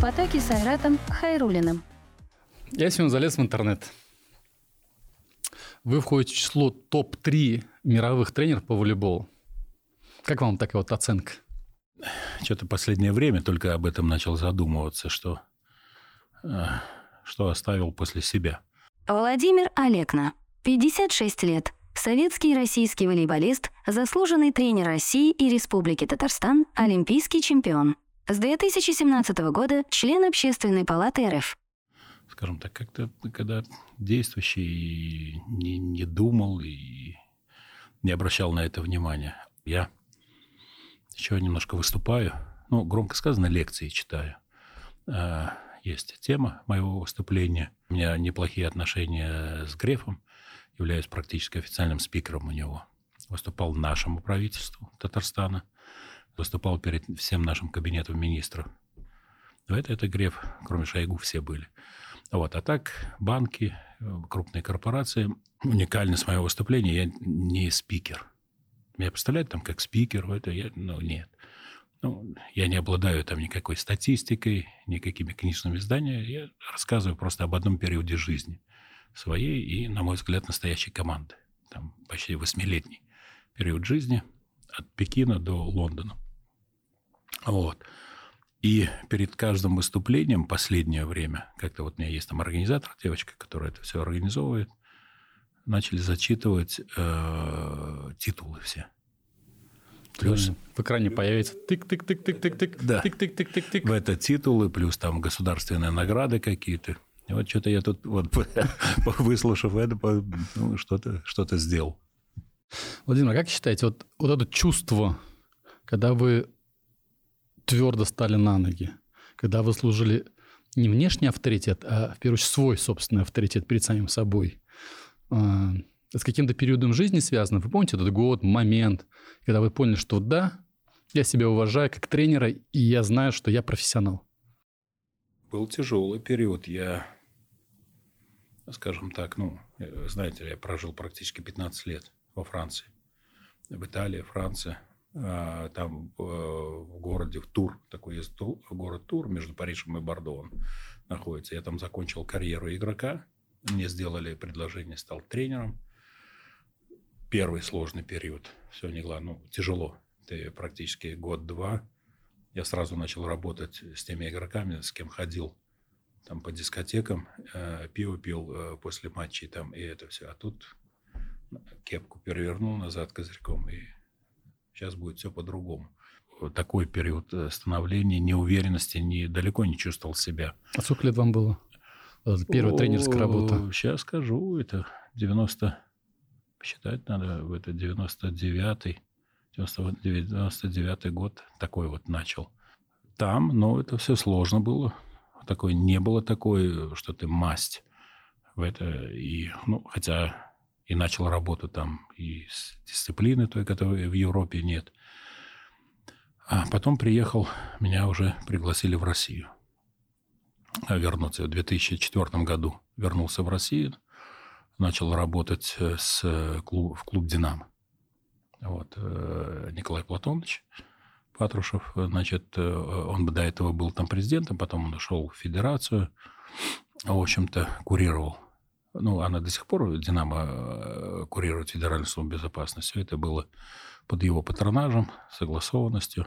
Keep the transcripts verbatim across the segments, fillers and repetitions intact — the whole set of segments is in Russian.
атаке с Айратом Хайруллиным. Я сегодня залез в интернет. Вы входите в число топ три мировых тренеров по волейболу. Как вам такая вот оценка? Что-то последнее время только об этом начал задумываться, что, что оставил после себя. Владимир Алекна, пятьдесят шесть лет. Советский и российский волейболист, заслуженный тренер России и Республики Татарстан, олимпийский чемпион. С две тысячи семнадцатого года член Общественной палаты эр эф. Скажем так, как-то когда действующий не, не думал и не обращал на это внимания. Я еще немножко выступаю, ну, громко сказано, лекции читаю. Есть тема моего выступления. У меня неплохие отношения с Грефом. Являюсь практически официальным спикером у него. Выступал нашему правительству Татарстана. Выступал перед всем нашим кабинетом министров. Это, это Греф, кроме Шойгу, все были. Вот. А так, банки, крупные корпорации. Уникальность моего выступления, я не спикер. Меня представляют там как спикер, это я, ну, нет. Ну, я не обладаю там никакой статистикой, никакими книжными изданиями. Я рассказываю просто об одном периоде жизни своей и, на мой взгляд, настоящей команды. Там почти восьмилетний период жизни от Пекина до Лондона. Вот. И перед каждым выступлением последнее время, как-то вот у меня есть там организатор, девочка, которая это все организовывает, начали зачитывать э, титулы все. Плюс в экране появится тык-тык-тык-тык-тык-тык, да. тык-тык-тык-тык-тык. В это титулы, плюс там государственные награды какие-то. И вот что-то я тут, вот, выслушав это, ну, что-то, что-то сделал. Владимир, а как считаете, вот, вот это чувство, когда вы твердо стали на ноги, когда вы служили не внешний авторитет, а, в первую очередь, свой собственный авторитет перед самим собой, с каким-то периодом жизни связано? Вы помните этот год, момент, когда вы поняли, что да, я себя уважаю как тренера, и я знаю, что я профессионал? Был тяжелый период. Я, скажем так, ну, знаете, я прожил практически пятнадцать лет во Франции. В Италии, Франция. Там в городе, в Тур, такой есть город Тур, между Парижем и Бордо он находится. Я там закончил карьеру игрока. Мне сделали предложение, стал тренером. Первый сложный период. Все не главное, ну, тяжело. Ты практически год-два. Я сразу начал работать с теми игроками, с кем ходил там по дискотекам, э, пиво пил э, после матчей там, и это все. А тут кепку перевернул назад козырьком, и сейчас будет все по-другому. Вот такой период становления, неуверенности, не, далеко не чувствовал себя. А сколько лет вам было? Первая тренерская работа. Сейчас скажу, это девяносто, посчитать надо, это девяносто девятый, девяносто девятый год, такой вот начал. Там, но это все сложно было. Такой, не было такой, что ты масть в это. И, ну, хотя и начал работу там и с дисциплины той, которой в Европе нет. А потом приехал, меня уже пригласили в Россию. Вернуться. В две тысячи четвёртом году вернулся в Россию, начал работать с клуб, в клуб «Динамо». Вот, Николай Платонович Патрушев, значит, он до этого был там президентом, потом он ушел в федерацию, в общем-то, курировал. Ну, она до сих пор, «Динамо», курирует Федеральную службу безопасности. Все это было под его патронажем, согласованностью.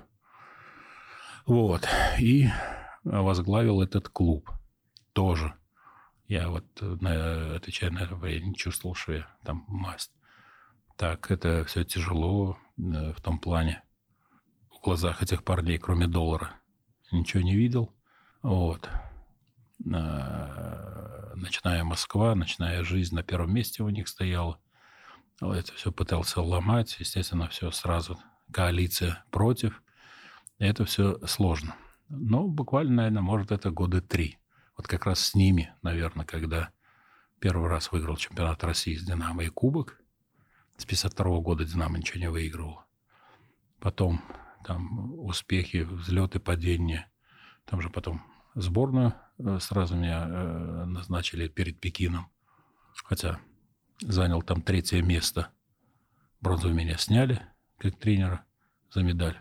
Вот. И возглавил этот клуб. Тоже. Я вот, отвечая на это, я не чувствовал, что я там масть. Так, это все тяжело в том плане. В глазах этих парней, кроме доллара, ничего не видел. Вот. Начиная Москва, начиная жизнь на первом месте у них стояла. Это все пытался ломать. Естественно, все сразу. Коалиция против. И это все сложно. Но буквально, наверное, может, это года три. Вот как раз с ними, наверное, когда первый раз выиграл чемпионат России с «Динамо» и кубок. С пятьдесят второго года «Динамо» ничего не выигрывал. Потом там успехи, взлеты, падения. Там же потом сборную сразу меня назначили перед Пекином. Хотя занял там третье место. Бронзу меня сняли как тренера за медаль.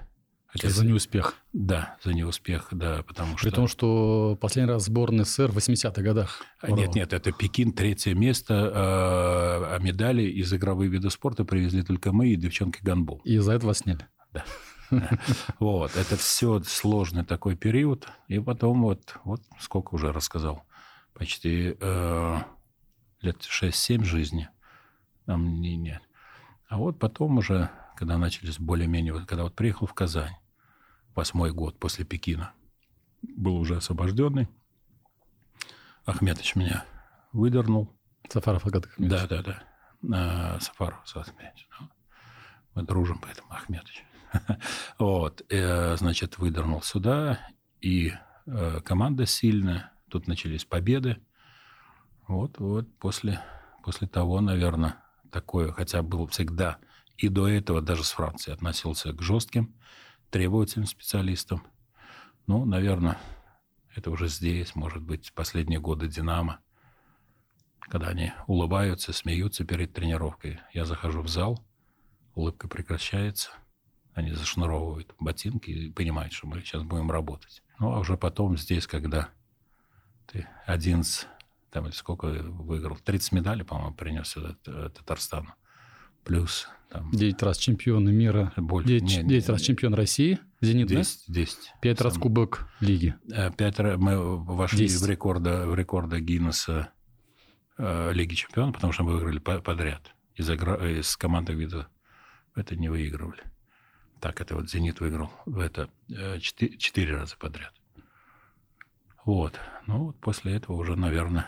Хотя за неуспех. Да, за неуспех, да, потому что... При том, что последний раз сборная СССР в восьмидесятых годах. Нет, нет, это Пекин, третье место, а медали из игровых видов спорта привезли только мы и девчонки гандбол. И из-за этого сняли. Да. Вот, это все сложный такой период. И потом вот, вот сколько уже рассказал, почти э, лет шесть-семь жизни. Там не, нет. А вот потом уже, когда начались более-менее, вот, когда вот приехал в Казань, восьмой год после Пекина, был уже освобожденный, Ахметович меня выдернул. Сафаров Агат Ахметович. Да, да, да. А, Сафаров Ахметович. Мы дружим, поэтому Ахметович. Вот, и, значит, выдернул сюда, и э, команда сильная, тут начались победы. Вот, вот, после, после того, наверное, такое, хотя был всегда, и до этого даже с Францией относился к жестким, требовательным специалистам. Ну, наверное, это уже здесь, может быть, последние годы «Динамо», когда они улыбаются, смеются перед тренировкой. Я захожу в зал, улыбка прекращается, они зашнуровывают ботинки и понимают, что мы сейчас будем работать. Ну, а уже потом здесь, когда ты одиннадцать, там, или сколько выиграл, тридцать медалей, по-моему, принес сюда Татарстану. Плюс там... девять раз чемпионы мира, Более... девять, девять раз чемпион России, «Зенит», десять, да? десять. пять Сам... раз Кубок Лиги. пять раз мы вошли десять. в рекорды, в рекорды Гиннесса э, Лиги чемпионов, потому что мы выиграли подряд. Из, игра... из команды вида это не выигрывали. Так, это вот «Зенит» выиграл в это четыре, четыре раза подряд. Вот. Ну, вот после этого уже, наверное,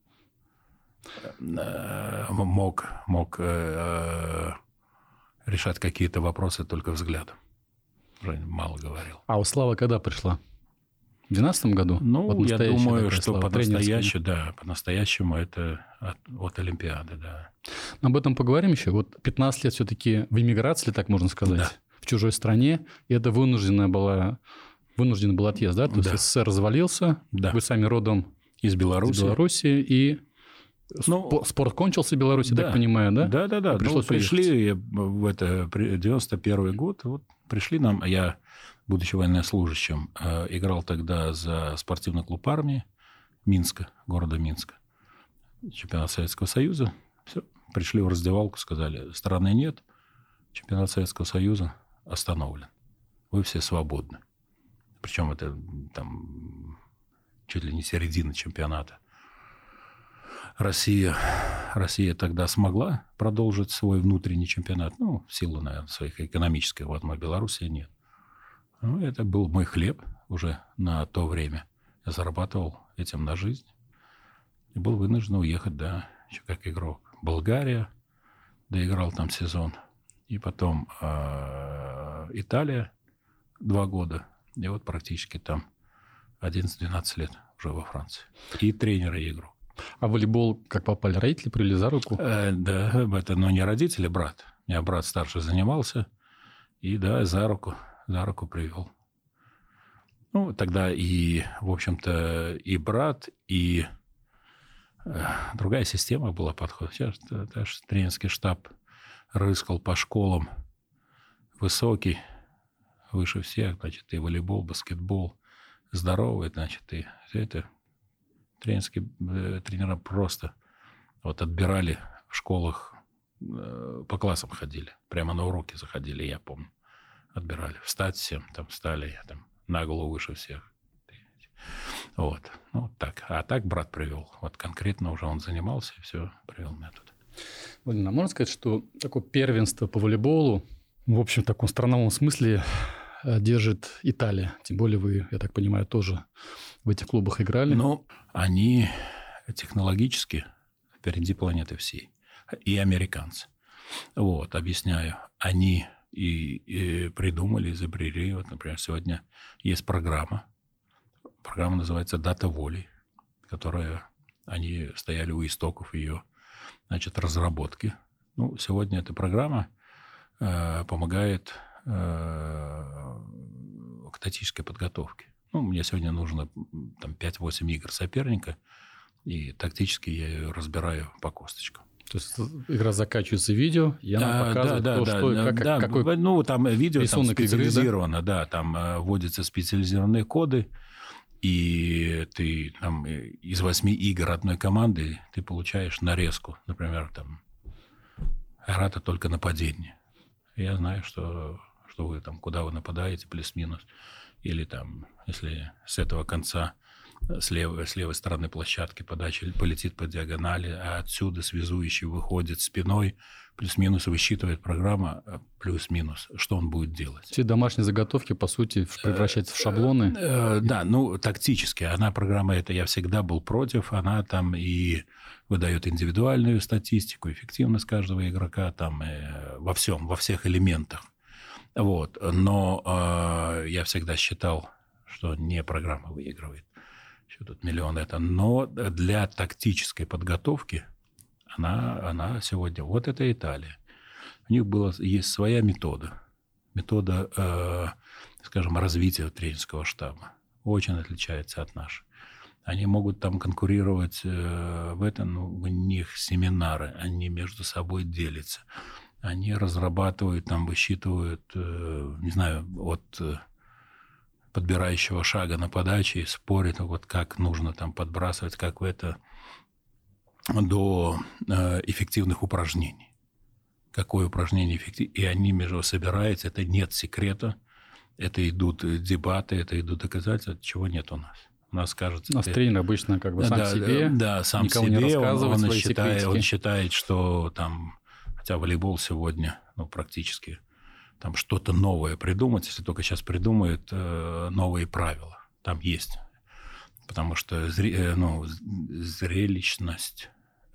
мог, мог э, решать какие-то вопросы только взглядом. Уже мало говорил. А у Славы когда пришла? В двенадцатом году? Ну, вот я думаю, что Слава, по-настоящему, да, по-настоящему это от, от Олимпиады, да. Об этом поговорим еще. Вот пятнадцать лет все-таки в эмиграции, так можно сказать, да. в чужой стране, и это вынужденная была, вынужденный был отъезд, да? То есть да. СССР развалился, да. Вы сами родом из Беларуси, из Беларуси и ну, спорт кончился в Беларуси, да. Так понимаю, да? Да, да, да. Ну, пришли в это девяносто первый год, вот пришли нам, я, будучи военнослужащим, играл тогда за спортивный клуб армии Минска, города Минска, чемпионат Советского Союза. Все, пришли в раздевалку, сказали, страны нет, чемпионат Советского Союза остановлен. Вы все свободны. Причем это там чуть ли не середина чемпионата. Россия, Россия тогда смогла продолжить свой внутренний чемпионат. Ну, в силу, наверное, своих экономических. Вот мы, Белоруссия, нет. Ну, это был мой хлеб уже на то время. Я зарабатывал этим на жизнь. И был вынужден уехать, да, еще как игрок. Болгария, доиграл там сезон. И потом э, Италия два года. И вот практически там одиннадцать-двенадцать лет уже во Франции. И тренер, и игрок. А волейбол как попали? Родители привели за руку? Э, да, это, но не родители, брат. У меня брат старший занимался. И да, за руку, за руку привел. Ну, тогда и, в общем-то, и брат, и э, другая система была подход. Сейчас даже тренерский штаб рыскал по школам. Высокий, выше всех, значит, и волейбол, баскетбол. Здоровый, значит, и все это... Тренерские э, тренера просто вот отбирали в школах, э, по классам ходили, прямо на уроки заходили, я помню, отбирали. Встать всем, там встали, я там на голову выше всех. Вот, ну вот так. А так брат привел, вот конкретно уже он занимался, и все, привел меня тут. Владимир, а можно сказать, что такое первенство по волейболу, в общем, в таком страновом смысле держит Италия? Тем более вы, я так понимаю, тоже в этих клубах играли. Ну, они технологически впереди планеты всей. И американцы. Вот, объясняю. Они и, и придумали, изобрели. Вот, например, сегодня есть программа. Программа называется «Дата воли», которая... Они стояли у истоков ее, значит, разработки. Ну, сегодня эта программа э, помогает э, к тактической подготовке. Ну, мне сегодня нужно там пять-восемь игр соперника, и тактически я ее разбираю по косточкам. То есть игра закачивается видео, и она а, показывает да, то, да, что, да, как, да, какой ну, там видео там специализировано, игры, да? да, там э, вводятся специализированные коды, и ты там из восьми игр одной команды ты получаешь нарезку, например, там Рата только нападение. Я знаю, что, что вы там, куда вы нападаете, плюс-минус, или там, если с этого конца с левой, с левой стороны площадки подача полетит по диагонали, а отсюда связующий выходит спиной, плюс-минус высчитывает программа, плюс-минус, что он будет делать. Все домашние заготовки, по сути, превращаются в шаблоны. Да, ну, тактически. Она, программа эта, я всегда был против, она там и выдает индивидуальную статистику, эффективность каждого игрока там во всем, во всех элементах. Вот. Но э, я всегда считал, что не программа выигрывает. Еще тут миллион это. Но для тактической подготовки она, она сегодня... Вот это Италия. У них была, есть своя метода. Метода, э, скажем, развития тренерского штаба. Очень отличается от нашей. Они могут там конкурировать э, в этом, ну, у них семинары, они между собой делятся. Они разрабатывают, там, высчитывают, э, не знаю, от э, подбирающего шага на подаче и спорят, вот как нужно там подбрасывать, как в это, до э, эффективных упражнений. Какое упражнение эффективно. И они между собой собираются, это нет секрета, это идут дебаты, это идут доказательства, чего нет у нас. У нас, кажется... У нас это... тренер обычно как бы сам да, себе, да, сам никому себе, не рассказывает он, он, свои считает, секретики. Он считает, что там, хотя волейбол сегодня, ну, практически, там что-то новое придумать, если только сейчас придумают э, новые правила. Там есть. Потому что зре, ну, зрелищность,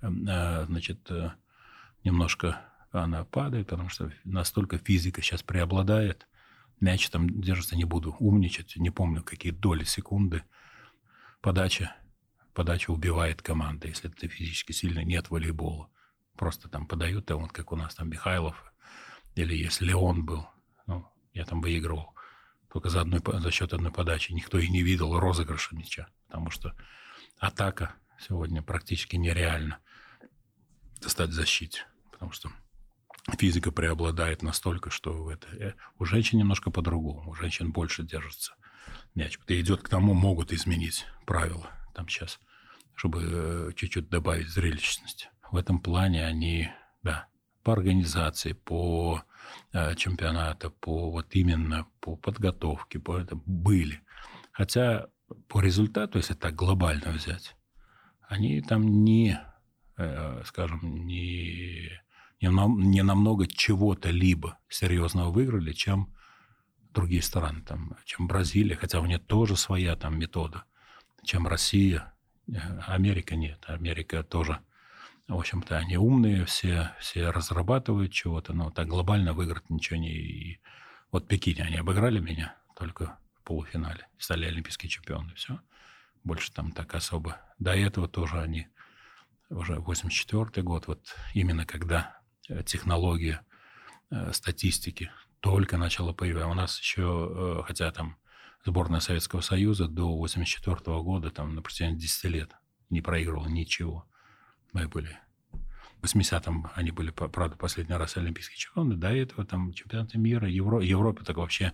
э, значит, э, немножко она падает, потому что настолько физика сейчас преобладает. Мяч там держится, не буду умничать, не помню, какие доли секунды. Подача, подача убивает команду, если ты физически сильный, нет волейбола. Просто там подают, а вот как у нас там Михайлов, или если Леон был, ну, я там выигрывал только за, одной, за счет одной подачи. Никто и не видел розыгрыша мяча, потому что атака сегодня практически нереально достать в защите, потому что физика преобладает настолько, что это... у женщин немножко по-другому, у женщин больше держится мяч. И идет к тому, могут изменить правила там сейчас, чтобы чуть-чуть добавить зрелищности. В этом плане они, да, по организации, по э, чемпионату, по вот именно по подготовке, по это были. Хотя по результату, если так глобально взять, они там не, э, скажем, не, не, нам, не намного чего-то либо серьезного выиграли, чем другие страны, там, чем Бразилия, хотя у нее тоже своя там метода, чем Россия. Америка нет. Америка тоже, в общем-то, они умные, все, все разрабатывают чего-то, но так глобально выиграть ничего не... И вот в Пекине они обыграли меня только в полуфинале, стали олимпийские чемпионы, все. Больше там так особо. До этого тоже они, уже восемьдесят четвёртый год, вот именно когда технология статистики только начала появляться. У нас еще, хотя там сборная Советского Союза до восемьдесят четвёртого года, там на протяжении десяти лет не проигрывала ничего. Мы были в восьмидесятом, они были, правда, последний раз олимпийские чемпионы. До этого там чемпионаты мира, Евро, Европе так вообще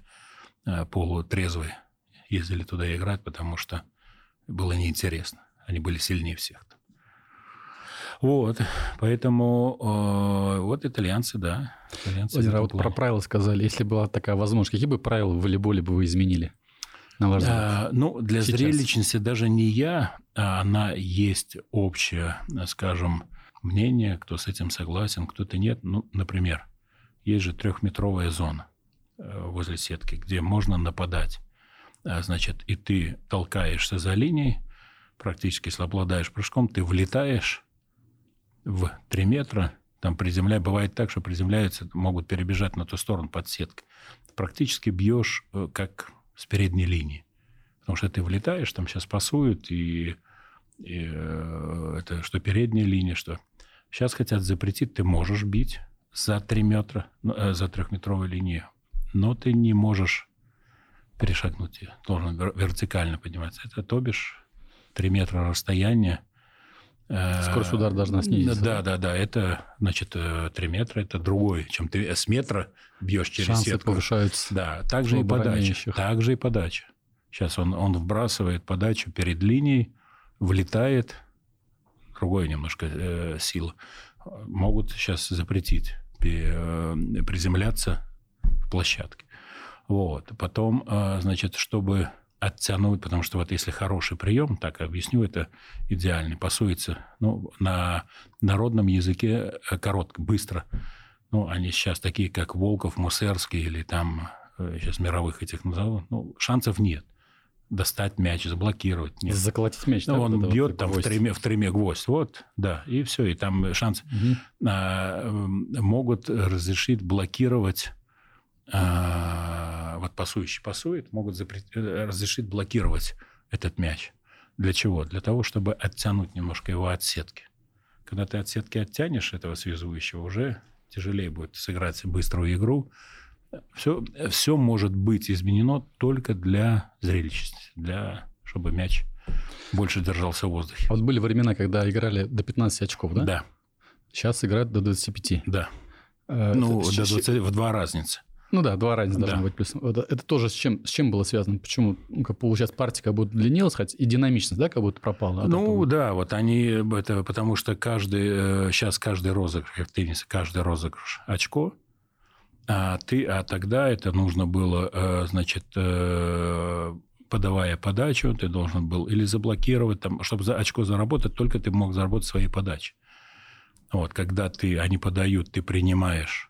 полутрезвые ездили туда играть, потому что было неинтересно. Они были сильнее всех. Вот, поэтому э, вот итальянцы, да. Итальянцы Владимир, а вот про правила сказали. Если была такая возможность, какие бы правила в волейболе бы вы изменили? На ваш взгляд? А, ну, для Сейчас. зрелищности даже не я, а она есть общее, скажем, мнение, кто с этим согласен, кто-то нет. Ну, например, есть же трехметровая зона возле сетки, где можно нападать. Значит, и ты толкаешься за линией, практически, если обладаешь прыжком, ты влетаешь в три метра, там приземля... бывает так, что приземляются, могут перебежать на ту сторону под сеткой. Практически бьешь как с передней линии. Потому что ты влетаешь, там сейчас пасуют, и, и это что передняя линия, что... Сейчас хотят запретить, ты можешь бить за три метра, за трехметровой линии, но ты не можешь перешагнуть ее. Должен вертикально подниматься. Это, то бишь, три метра расстояния Скорость удара должна снизиться. Да, да, да. Это, значит, три метра. Это другой, чем ты с метра бьешь через Шансы сетку. повышаются. Да, также и подача. Также и подача. Сейчас он, он вбрасывает подачу перед линией, влетает. Другое немножко э, сила. Могут сейчас запретить э, приземляться в площадке. Вот. Потом, э, значит, чтобы оттянуть, потому что вот если хороший прием, так объясню, это идеальный, пасуется, ну, на народном языке коротко, быстро. Ну, они сейчас такие, как Волков, Мусерский или там, сейчас мировых этих назову, ну, шансов нет. Достать мяч, заблокировать. Нет. Заколотить мяч. Ну, да, он вот бьет вот там в триме, в триме гвоздь. Вот, да, и все, и там шанс. Угу. А, могут разрешить блокировать... А, вот пасующий пасует, могут запрет... разрешить блокировать этот мяч. Для чего? Для того, чтобы оттянуть немножко его от сетки. Когда ты от сетки оттянешь этого связующего, уже тяжелее будет сыграть быструю игру. Все, все может быть изменено только для зрелищности, для, чтобы мяч больше держался в воздухе. А вот были времена, когда играли до пятнадцати очков, да? Да. Сейчас играют до двадцати пяти. Да. Э, ну, это... до двадцати, в два разницы. Ну да, два разницы да. должно быть. Плюс. Это, это тоже с чем, с чем было связано? Почему? Ну, как получается, партия как будто длиннилась, хоть и динамичность, да, как будто пропала? Ну этого? Да, вот они, это потому что каждый, сейчас каждый розыгрыш, как в теннисе, каждый розыгрыш очко, а ты, а тогда это нужно было, значит, подавая подачу, ты должен был или заблокировать, там, чтобы за очко заработать, только ты мог заработать свои подачи. Вот, когда ты, они подают, ты принимаешь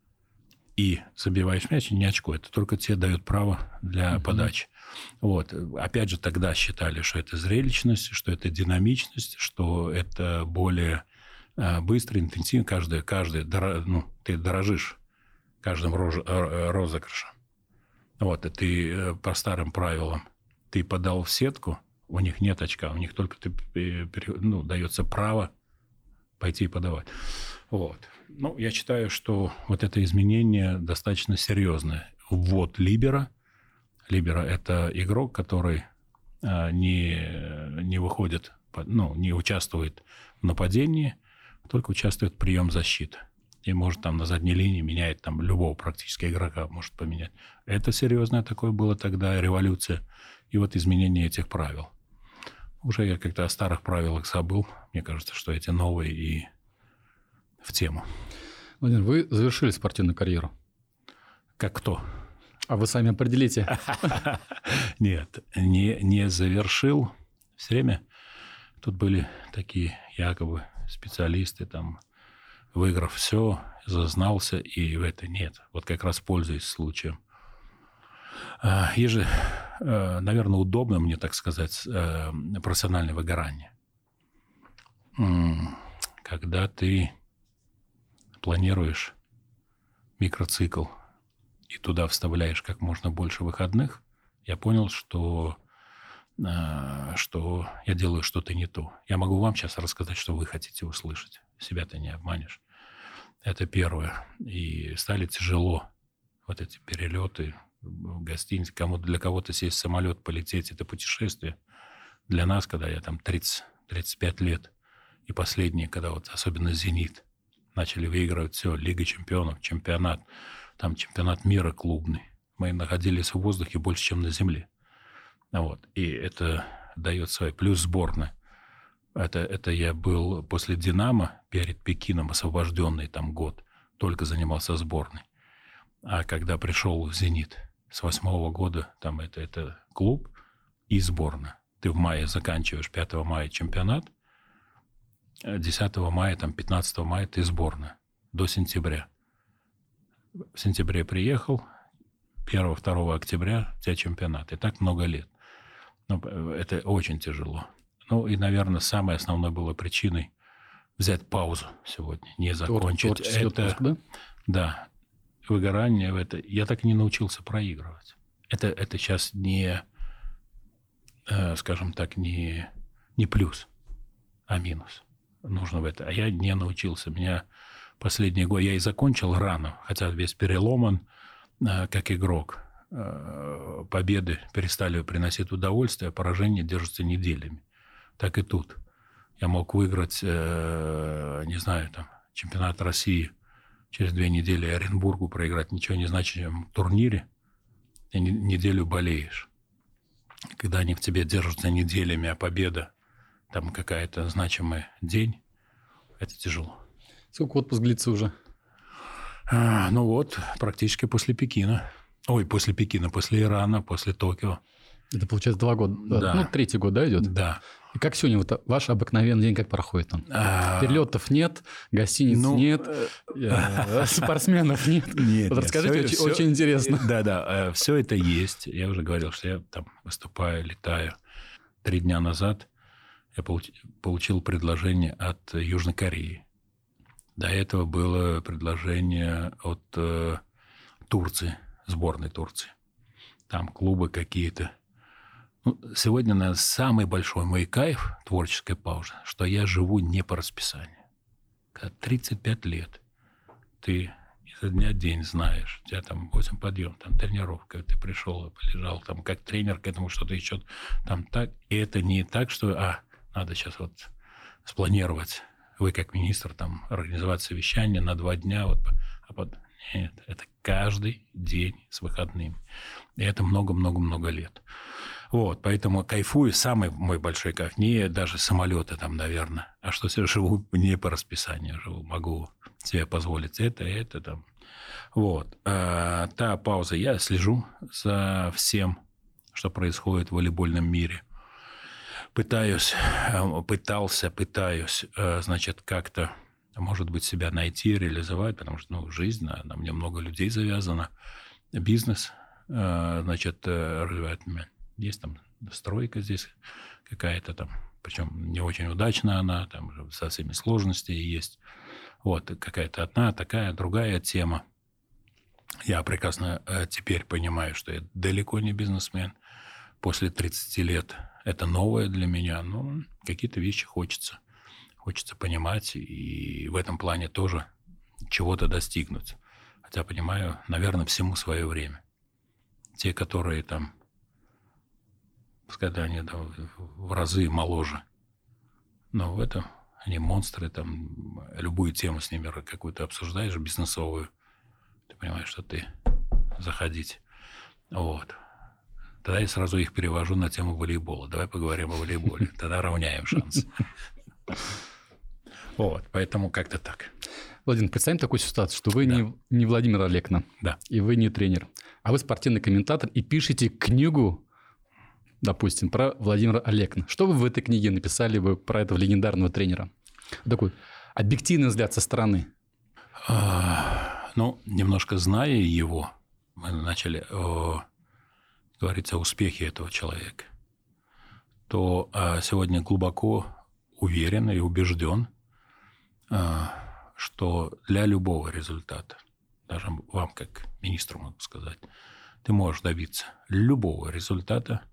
и забиваешь мяч, не очко, это только тебе дает право для uh-huh. подачи. Вот. Опять же, тогда считали, что это зрелищность, что это динамичность, что это более быстро, интенсивно. Каждый, каждый, ну, ты дорожишь каждым розыгрышем. Вот, и ты по старым правилам ты подал в сетку, у них нет очка, у них только ты, ну, дается право пойти и подавать. Вот. Ну, я считаю, что вот это изменение достаточно серьезное. Ввод либера. Либера – это игрок, который не, не выходит, ну, не участвует в нападении, только участвует в прием защиты. И может там на задней линии меняет там любого практически игрока, может поменять. Это серьезное такое было тогда, революция. И вот изменение этих правил. Уже я как-то о старых правилах забыл. Мне кажется, что эти новые и в тему. Владимир, вы завершили спортивную карьеру? Как кто? А вы сами определите. Нет, не, не завершил. Все время тут были такие якобы специалисты, там, выиграв все, зазнался, и в это нет. Вот как раз пользуюсь случаем. Есть же, наверное, удобно мне, так сказать, профессиональное выгорание. Когда ты планируешь микроцикл и туда вставляешь как можно больше выходных, я понял, что, что я делаю что-то не то. Я могу вам сейчас рассказать, что вы хотите услышать. Себя ты не обманешь. Это первое. И стали тяжело вот эти перелеты в гостинице. Кому-то, для кого-то сесть в самолет, полететь – это путешествие. Для нас, когда я там тридцать-тридцать пять лет, и последние, когда вот особенно «Зенит» начали выигрывать все, Лига чемпионов, чемпионат, там чемпионат мира клубный. Мы находились в воздухе больше, чем на земле. Вот. И это дает свой плюс сборная. Это, это я был после «Динамо», перед Пекином, освобожденный там год, только занимался сборной. А когда пришел в «Зенит» с восьмого года, там это, это клуб и сборная. Ты в мае заканчиваешь, пятого мая чемпионат, десятого мая, там, пятнадцатого мая ты сборная до сентября. В сентябре приехал, первого-второго октября у тебя чемпионат. И так много лет. Ну, это очень тяжело. Ну, и, наверное, самой основной было причиной взять паузу сегодня, не закончить. Творческий это, отпуск, да? Да. Выгорание в это. Я так и не научился проигрывать. Это, это сейчас не, э, скажем так, не, не плюс, а минус. Нужно в это. А я не научился. Меня последний год... Я и закончил рано, хотя весь переломан, э, как игрок. Э, победы перестали приносить удовольствие, а поражения держатся неделями. Так и тут. Я мог выиграть, э, не знаю, там, чемпионат России, через две недели Оренбургу проиграть ничего не значащем турнире, и неделю болеешь. Когда они в тебе держатся неделями, а победа, там какая-то значимый день, это тяжело. Сколько отпуск длится уже? А, ну вот, практически после Пекина. Ой, после Пекина, после Ирана, после Токио. Это, получается, два года. Да. Ну, третий год, да, идет? Да. И как сегодня вот ваш обыкновенный день как проходит там? А... Перелетов нет, гостиниц ну... нет, спортсменов нет. Нет, вот нет, расскажите, все, очень, все, очень интересно. Да-да, все это есть. Я уже говорил, что я там выступаю, летаю. Три дня назад я получил предложение от Южной Кореи. До этого было предложение от э, Турции, сборной Турции. Там клубы какие-то. Ну, сегодня, наверное, самый большой мой кайф, творческая пауза, что я живу не по расписанию. Когда тридцать пять лет, ты изо дня в день знаешь, у тебя там восемь подъем, там тренировка, ты пришел, полежал, там как тренер к этому что-то еще там так. И это не так, что, а, надо сейчас вот спланировать. Вы как министр там организовать совещание на два дня, вот, а потом... Нет, это каждый день с выходными. И это много-много-много лет. Вот, поэтому кайфую, самый мой большой кайф, не даже самолеты там, наверное, а что я живу не по расписанию, живу, могу себе позволить это, это там. Вот. А, та пауза, я слежу за всем, что происходит в волейбольном мире. Пытаюсь, пытался, пытаюсь, значит, как-то, может быть, себя найти, реализовать, потому что, ну, жизнь, на, на мне много людей завязано, бизнес, значит, развивает меня. Есть там стройка здесь какая-то там, причем не очень удачная она, там со всеми сложностями есть. Вот, какая-то одна, такая, другая тема. Я прекрасно теперь понимаю, что я далеко не бизнесмен. После тридцати лет это новое для меня, но какие-то вещи хочется. Хочется понимать и в этом плане тоже чего-то достигнуть. Хотя понимаю, наверное, всему свое время. Те, которые там, пускай они да, в разы моложе, но в этом они монстры, там любую тему с ними какую-то обсуждаешь, бизнесовую, ты понимаешь, что ты заходить. Вот. Тогда я сразу их перевожу на тему волейбола. Давай поговорим о волейболе. Тогда равняем шансы. Вот, поэтому как-то так. Владимир, представим такую ситуацию, что вы да. не, не Владимир Алекна, да. и вы не тренер, а вы спортивный комментатор и пишете книгу, допустим, про Владимира Алекна. Что вы в этой книге написали бы про этого легендарного тренера? Такой объективный взгляд со стороны. А, ну, немножко зная его, мы начали о, говорить о успехе этого человека, то а, сегодня глубоко уверен и убежден, что для любого результата, даже вам как министру могу сказать, ты можешь добиться любого результата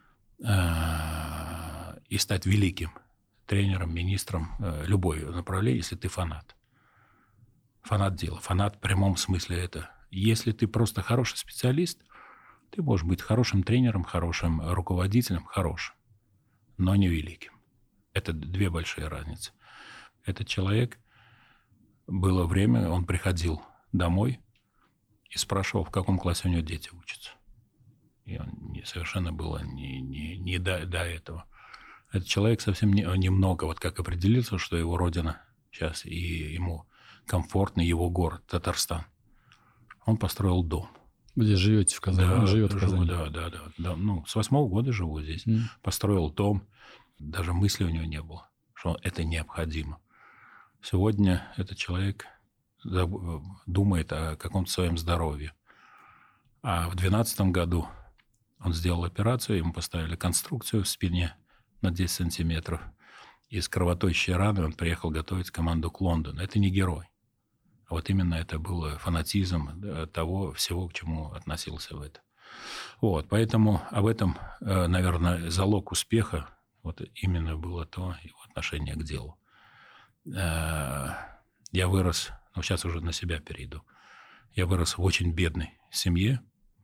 и стать великим тренером, министром, любое направление, если ты фанат. Фанат дела. Фанат в прямом смысле это. Если ты просто хороший специалист, ты можешь быть хорошим тренером, хорошим руководителем, хорошим, но не великим. Это две большие разницы. Этот человек, было время, он приходил домой и спрашивал, в каком классе у него дети учатся. И он не, совершенно было не, не, не до, до этого. Этот человек совсем не, немного, вот как определился, что его родина сейчас, и ему комфортно, его город, Татарстан. Он построил дом. Вы здесь живете в Казани? Да, он живет в живу, Казани. да, да, да, да. Ну, с восьмого года живу здесь. Mm. Построил дом. Даже мысли у него не было, что это необходимо. Сегодня этот человек думает о каком-то своем здоровье. А в две тысячи двенадцатом году он сделал операцию, ему поставили конструкцию в спине на десять сантиметров. И с кровоточащей раны он приехал готовить команду к Лондону. Это не герой. А вот именно это был фанатизм того всего, к чему относился в это. Вот, поэтому об этом, наверное, залог успеха вот именно было то его отношение к делу. Я вырос, ну сейчас уже на себя перейду, я вырос в очень бедной семье.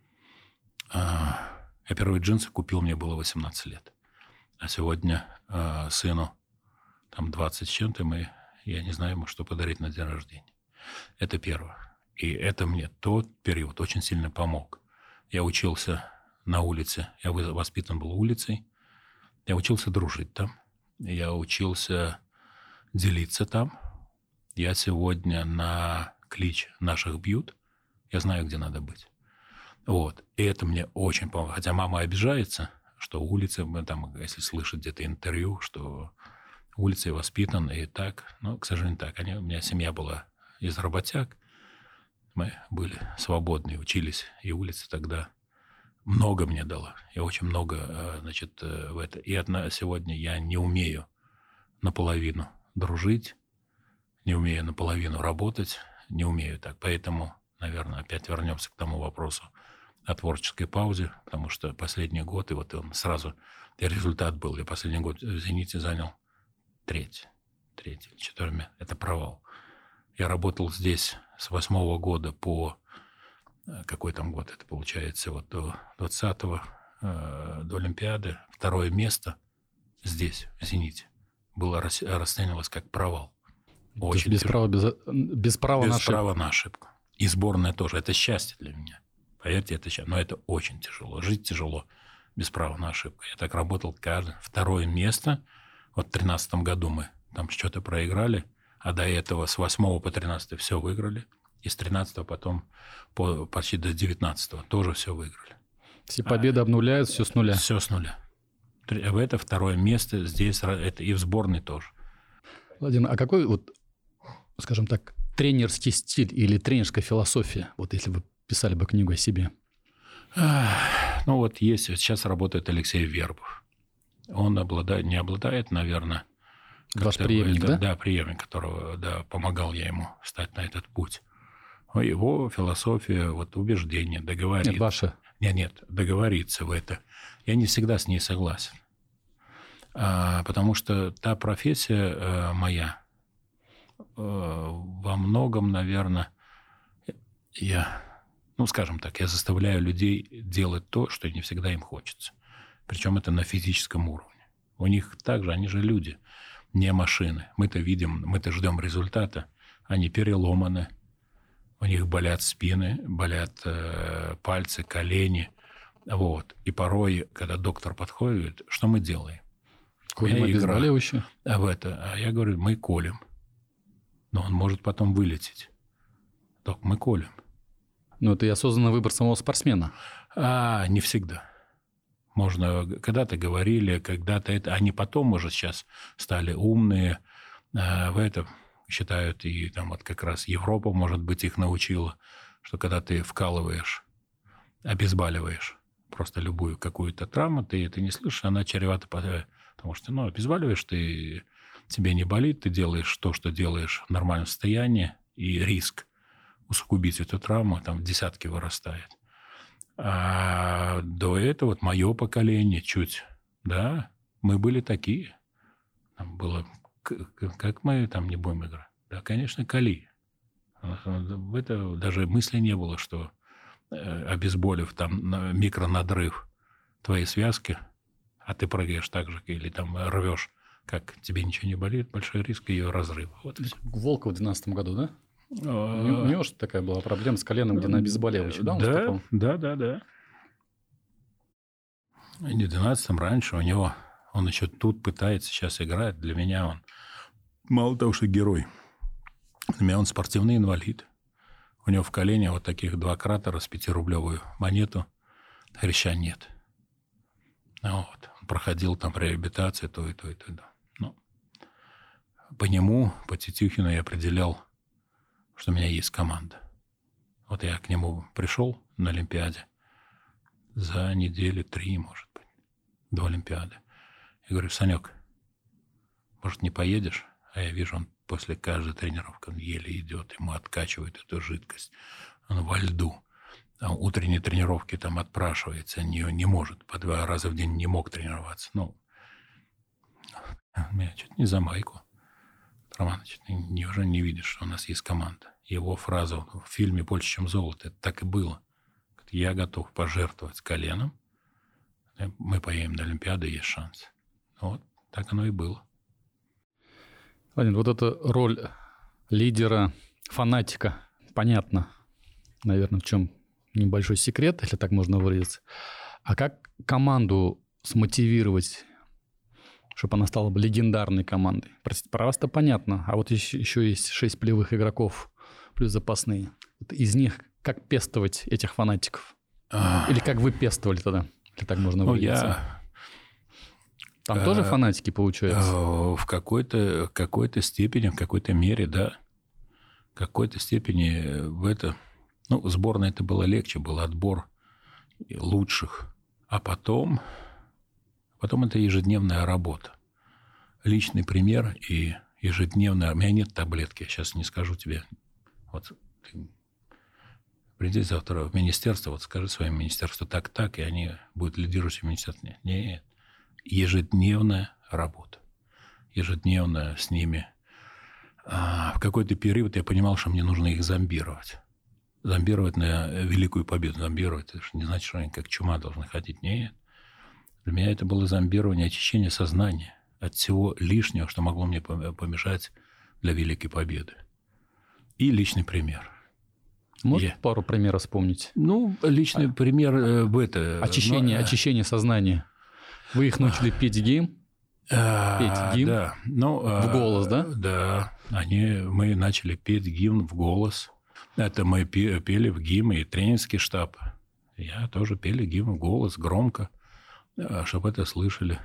Я первые джинсы купил, мне было восемнадцать лет. А сегодня сыну там двадцать с чем-то, мы, я не знаю ему, что подарить на день рождения. Это первое. И это мне тот период очень сильно помог. Я учился на улице, я воспитан был улицей, я учился дружить там, я учился делиться там. Я сегодня на клич «Наших бьют», я знаю, где надо быть. Вот. И это мне очень помогло. Хотя мама обижается, что улица, там, если слышит где-то интервью, что улицей воспитан и так. Но, к сожалению, так. Они, у меня семья была из работяг. Мы были свободны, учились. И улица тогда много мне дала. И очень много, значит, в это. И одна, сегодня я не умею наполовину дружить, не умею наполовину работать, не умею так. Поэтому, наверное, опять вернемся к тому вопросу о творческой паузе, потому что последний год, и вот он сразу, и результат был. Я последний год в «Зените» занял третий, третий, четвертый. Это провал. Я работал здесь с восьмого года по... Какой там год это получается? Вот до двадцатого, э, до Олимпиады. Второе место здесь, в «Зените», было расценивалось как провал. Очень без права, без, без права без на ошибку. права на ошибку. И сборная тоже. Это счастье для меня. Поверьте, это счастье. Но это очень тяжело. Жить тяжело без права на ошибку. Я так работал каждое. Второе место. Вот в тринадцатом году мы там что-то проиграли, а до этого с восьмого по тринадцатый все выиграли. И с тринадцатого потом по, почти до девятнадцатого тоже все выиграли. Все победы а, обнуляют, все с нуля. Все с нуля. Это второе место здесь, это и в сборной тоже. Владимир, а какой вот, скажем так, тренерский стиль или тренерская философия, вот если вы писали бы книгу о себе? Ну вот есть, вот сейчас работает Алексей Вербов. Он обладает, не обладает, наверное... Ваш преемник, это, да? Да, преемник, которого, да, помогал я ему встать на этот путь. Его философия, вот убеждение, договориться. Нет, ваша. Нет, нет, договориться в это. Я не всегда с ней согласен. А, потому что та профессия а, моя, а, во многом, наверное, я, ну, скажем так, я заставляю людей делать то, что не всегда им хочется. Причем это на физическом уровне. У них также, они же люди, не машины. Мы-то видим, мы-то ждем результата. Они переломаны, у них болят спины, болят э, пальцы, колени. Вот. И порой, когда доктор подходит, что мы делаем? Колем обезболивающее. А в это, а я говорю, мы колем. Но он может потом вылететь. Док, мы колем. Но это и осознанный выбор самого спортсмена. А, не всегда. Можно, когда-то говорили, когда-то это... Они потом, может, сейчас стали умные. А в этом считают, и там вот как раз Европа, может быть, их научила, что когда ты вкалываешь, обезболиваешь просто любую какую-то травму, ты это не слышишь, она чревата, потому что, ну, обезболиваешь, ты, тебе не болит, ты делаешь то, что делаешь в нормальном состоянии, и риск усугубить эту травму там в десятки вырастает. А до этого вот мое поколение чуть, да, мы были такие. Там было, как мы там не будем играть? Да, конечно, кали. В это даже мысли не было, что обезболив там микронадрыв твоей связки, а ты прыгаешь так же, или там рвешь, как тебе ничего не болит, большой риск ее разрыва. Вот и все. Волков в двенадцатом году, да? У него же такая была проблема с коленом, где на обезболивающий, да? Да, да, да, да. В двенадцатом раньше у него, он еще тут пытается, сейчас играет. Для меня он, мало того, что герой, для меня он спортивный инвалид. У него в колене вот таких два кратера с пятирублевую монету. Хряща нет. Вот. Он проходил там реабилитацию, то и то, и то. И то. Ну, по нему, по Тетюхину я определял, что у меня есть команда. Вот я к нему пришел на Олимпиаде за недели три, может быть, до Олимпиады. Я говорю, Санек, может, не поедешь? А я вижу, он после каждой тренировки он еле идет, ему откачивают эту жидкость. Он во льду. А утренние тренировки там отпрашивается, не, не может. По два раза в день не мог тренироваться. Ну, меня чуть не за майку. Романыч, ты неужели не видишь, что у нас есть команда? Его фраза в фильме «Больше, чем золото» — это так и было. Я готов пожертвовать коленом. Мы поедем на Олимпиаду, есть шанс. Вот так оно и было. Владимир, вот эта роль лидера, фанатика, понятно, наверное, в чем небольшой секрет, если так можно выразиться. А как команду смотивировать, чтобы она стала бы легендарной командой? Простите, про вас-то понятно, а вот еще, еще есть шесть полевых игроков плюс запасные. Вот из них как пестовать этих фанатиков? Или как вы пестовали тогда, если так можно выразиться? Ну, я... Там а, тоже фанатики получаются? В какой-то, какой-то степени, в какой-то мере, да. В какой-то степени в это... Ну, в сборной это было легче, был отбор лучших. А потом... Потом это ежедневная работа. Личный пример и ежедневная... У меня нет таблетки, я сейчас не скажу тебе. Вот ты приди завтра в министерство, вот скажи своему министерству так-так, и они будут лидирующим министерством. Нет, нет. Ежедневная работа. Ежедневная с ними. А в какой-то период я понимал, что мне нужно их зомбировать. Зомбировать на великую победу. Зомбировать, это же не значит, что они как чума должны ходить. Нет. Для меня это было зомбирование, очищение сознания от всего лишнего, что могло мне помешать для великой победы. И личный пример. Можете Я... пару примеров вспомнить? Ну, личный а... пример в это... Очищение, но... очищение сознания. Вы их научили петь гимн? А, петь гимн? Да. Ну, в голос, да? Да. Они, мы начали петь гимн в голос. Это мы пели в гимн и тренерский штаб. Я тоже пели гимн в голос, громко, чтобы это слышали.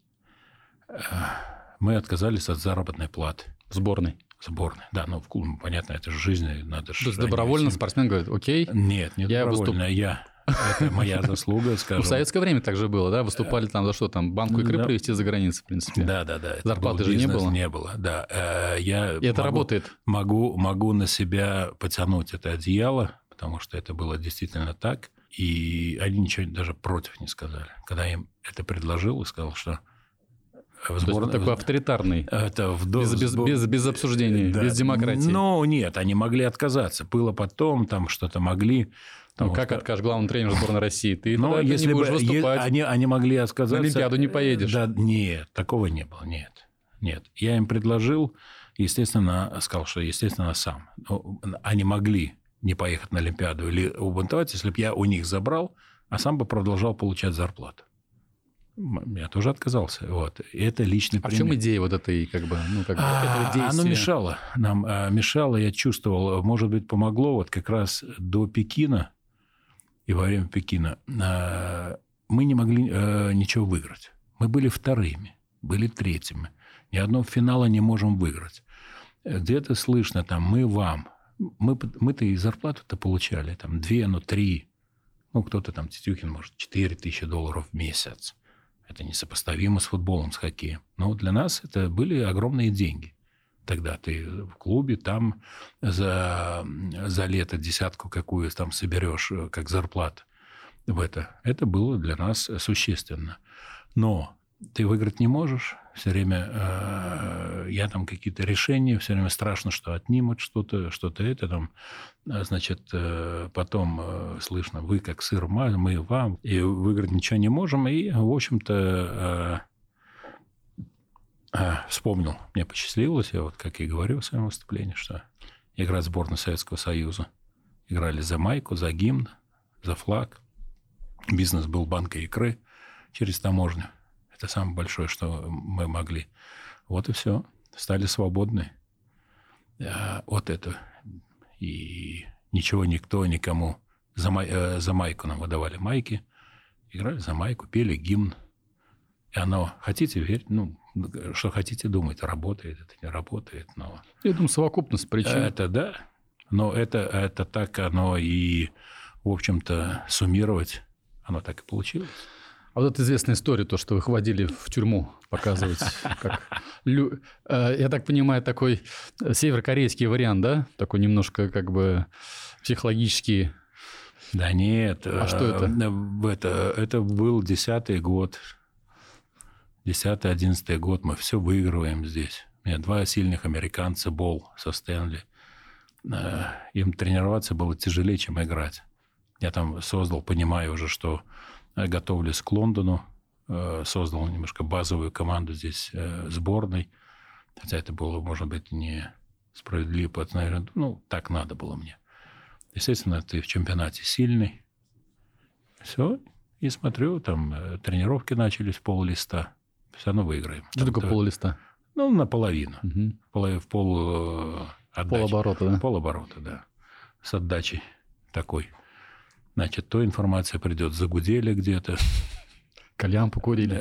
Мы отказались от заработной платы. Сборной? Сборной, да. Ну, понятно, это же жизнь. Надо То есть добровольно спортсмен говорит, окей? Нет, не я добровольно. Выступ... Я... Это моя заслуга, скажем. В советское время так же было, да? Выступали там за что? Там банку икры да. привезти за границу, в принципе. Да, да, да. Зарплаты же не было? Не было, да. Я И это могу, работает? Могу, могу на себя потянуть это одеяло, потому что это было действительно так. И они ничего даже против не сказали. Когда я им это предложил и сказал, что... В сборной... такой авторитарный, это в... без, без, без, без обсуждений, да. без демократии. Ну, нет, они могли отказаться. Было потом, там что-то могли... Ну, как что... откажешь главному тренеру сборной России? Ты ну, тогда если не будешь бы, выступать. Они, они могли отказаться. На Олимпиаду не поедешь. Да, нет, такого не было, нет. Нет. Я им предложил, естественно, сказал, что, естественно, сам. Они могли не поехать на Олимпиаду или убунтовать, если бы я у них забрал, а сам бы продолжал получать зарплату. Я тоже отказался. Вот. И это личный а пример. В чем идея вот этой, как бы, ну, как бы, а, этого действия? Оно мешало. Нам а, мешало, я чувствовал, может быть, помогло вот как раз до Пекина и во время Пекина а, мы не могли а, ничего выиграть. Мы были вторыми, были третьими. Ни одного финала не можем выиграть. Где-то слышно там «мы вам». Мы, мы-то и зарплату-то получали, там, две, ну, три. Ну, кто-то там, Тетюхин, может, четыре тысячи долларов в месяц. Это несопоставимо с футболом, с хоккеем. Но для нас это были огромные деньги. Тогда ты в клубе, там за, за лето десятку какую там соберешь, как зарплата. В это. Это было для нас существенно. Но ты выиграть не можешь. Все время э, я там какие-то решения, все время страшно, что отнимут что-то, что-то это там. Значит, э, потом э, слышно, вы как сыр, мы вам. И выиграть ничего не можем. И, в общем-то, э, э, вспомнил, мне посчастливилось, я вот как и говорил в своем выступлении, что играть в сборную Советского Союза. Играли за майку, за гимн, за флаг. Бизнес был банка икры через таможню. Это самое большое, что мы могли. Вот и все. Стали свободны. Вот это. И ничего никто никому. За, май, за майку нам выдавали майки. Играли за майку, пели гимн. И оно, хотите верить, ну, что хотите думать, работает, это не работает. Но... Я думаю, совокупность причин. Это да. Но это, это так оно и, в общем-то, суммировать, оно так и получилось. А вот эта известная история, то, что вы их водили в тюрьму показывать. Как... Я так понимаю, такой северокорейский вариант, да? Такой немножко как бы психологический. Да нет. А что это? Это, это был десятый год. Десятый, одиннадцатый год. Мы все выигрываем здесь. У меня два сильных американца, Болл со Стэнли. Им тренироваться было тяжелее, чем играть. Я там создал, понимаю уже, что... Готовлюсь к Лондону, создал немножко базовую команду здесь сборной. Хотя это было, может быть, не справедливо, наверное, ну, так надо было мне. Естественно, ты в чемпионате сильный. Все. И смотрю, там тренировки начались, пол-листа. Все равно выиграем. Что такое пол-листа? Ну, наполовину. Угу. В пол отдачи. Полоборота, да? Полоборота, да. С отдачей такой. Значит, то информация придет, загудели где-то. Кальян покурили.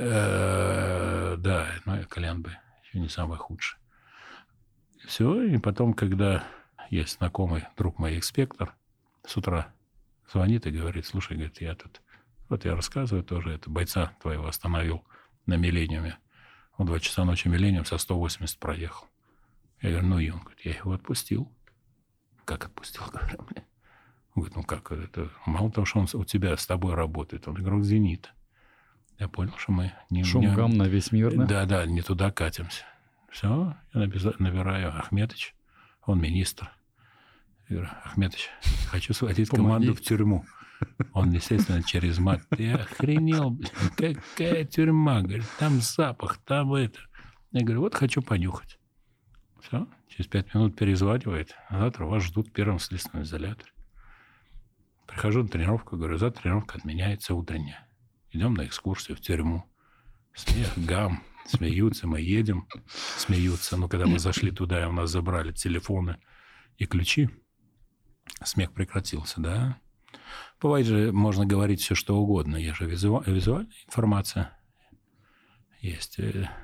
Да, ну, кальян бы еще не самый худший. Все, и потом, когда есть знакомый друг мой, инспектор, с утра звонит и говорит: слушай, говорит, я тут... Вот я рассказываю тоже, это бойца твоего остановил на «Миллениуме». Он два часа ночи «Миллениум» со сто восемьдесят проехал. Я говорю: ну и он говорит: я его отпустил. Как отпустил? Говорю, мне. Он говорит: ну как это? Мало того, что он у тебя, с тобой работает, он игрок «Зенита». Я понял, что мы... Не, Шум, не, гам на весь мир, да? Да, да, не туда катимся. Все, я набираю Ахметыч, он министр. Я говорю: Ахметыч, хочу сводить Помоги. команду в тюрьму. Он, естественно, через мат: ты охренел, блин, какая тюрьма? Говорит, там запах, там это. Я говорю: вот хочу понюхать. Все, через пять минут перезванивает. А завтра вас ждут в первом следственном изоляторе. Прихожу на тренировку, говорю: завтра тренировка отменяется утренняя. Идем на экскурсию в тюрьму. Смех, гам, смеются, мы едем, смеются. Но когда мы зашли туда, и у нас забрали телефоны и ключи, смех прекратился, да. Бывает же, можно говорить все, что угодно. Есть же визу... визуальная информация. Есть.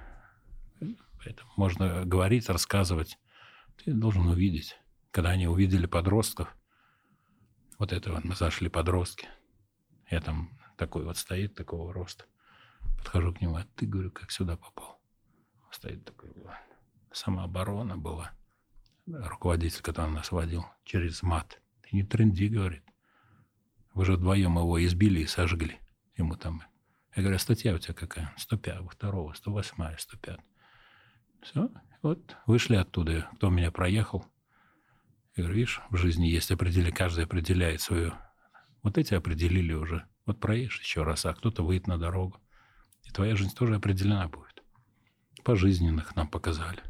Поэтому можно говорить, рассказывать. Ты должен увидеть. Когда они увидели подростков, вот это вот мы зашли подростки. Я там такой вот стоит, такого роста. Подхожу к нему: а ты, говорю, как сюда попал? Стоит такой, самооборона была. Руководитель, который нас водил через мат. Ты не тренди, говорит. Вы же вдвоем его избили и сожгли. Ему там... Я говорю: а статья у тебя какая? сто пятая, второго, сто восьмая, сто пятая. Все. Вот вышли оттуда. Кто меня проехал? Я говорю: видишь, в жизни есть определение. Каждый определяет свою... Вот эти определили уже. Вот проедешь еще раз, а кто-то выйдет на дорогу. И твоя жизнь тоже определена будет. Пожизненных нам показали.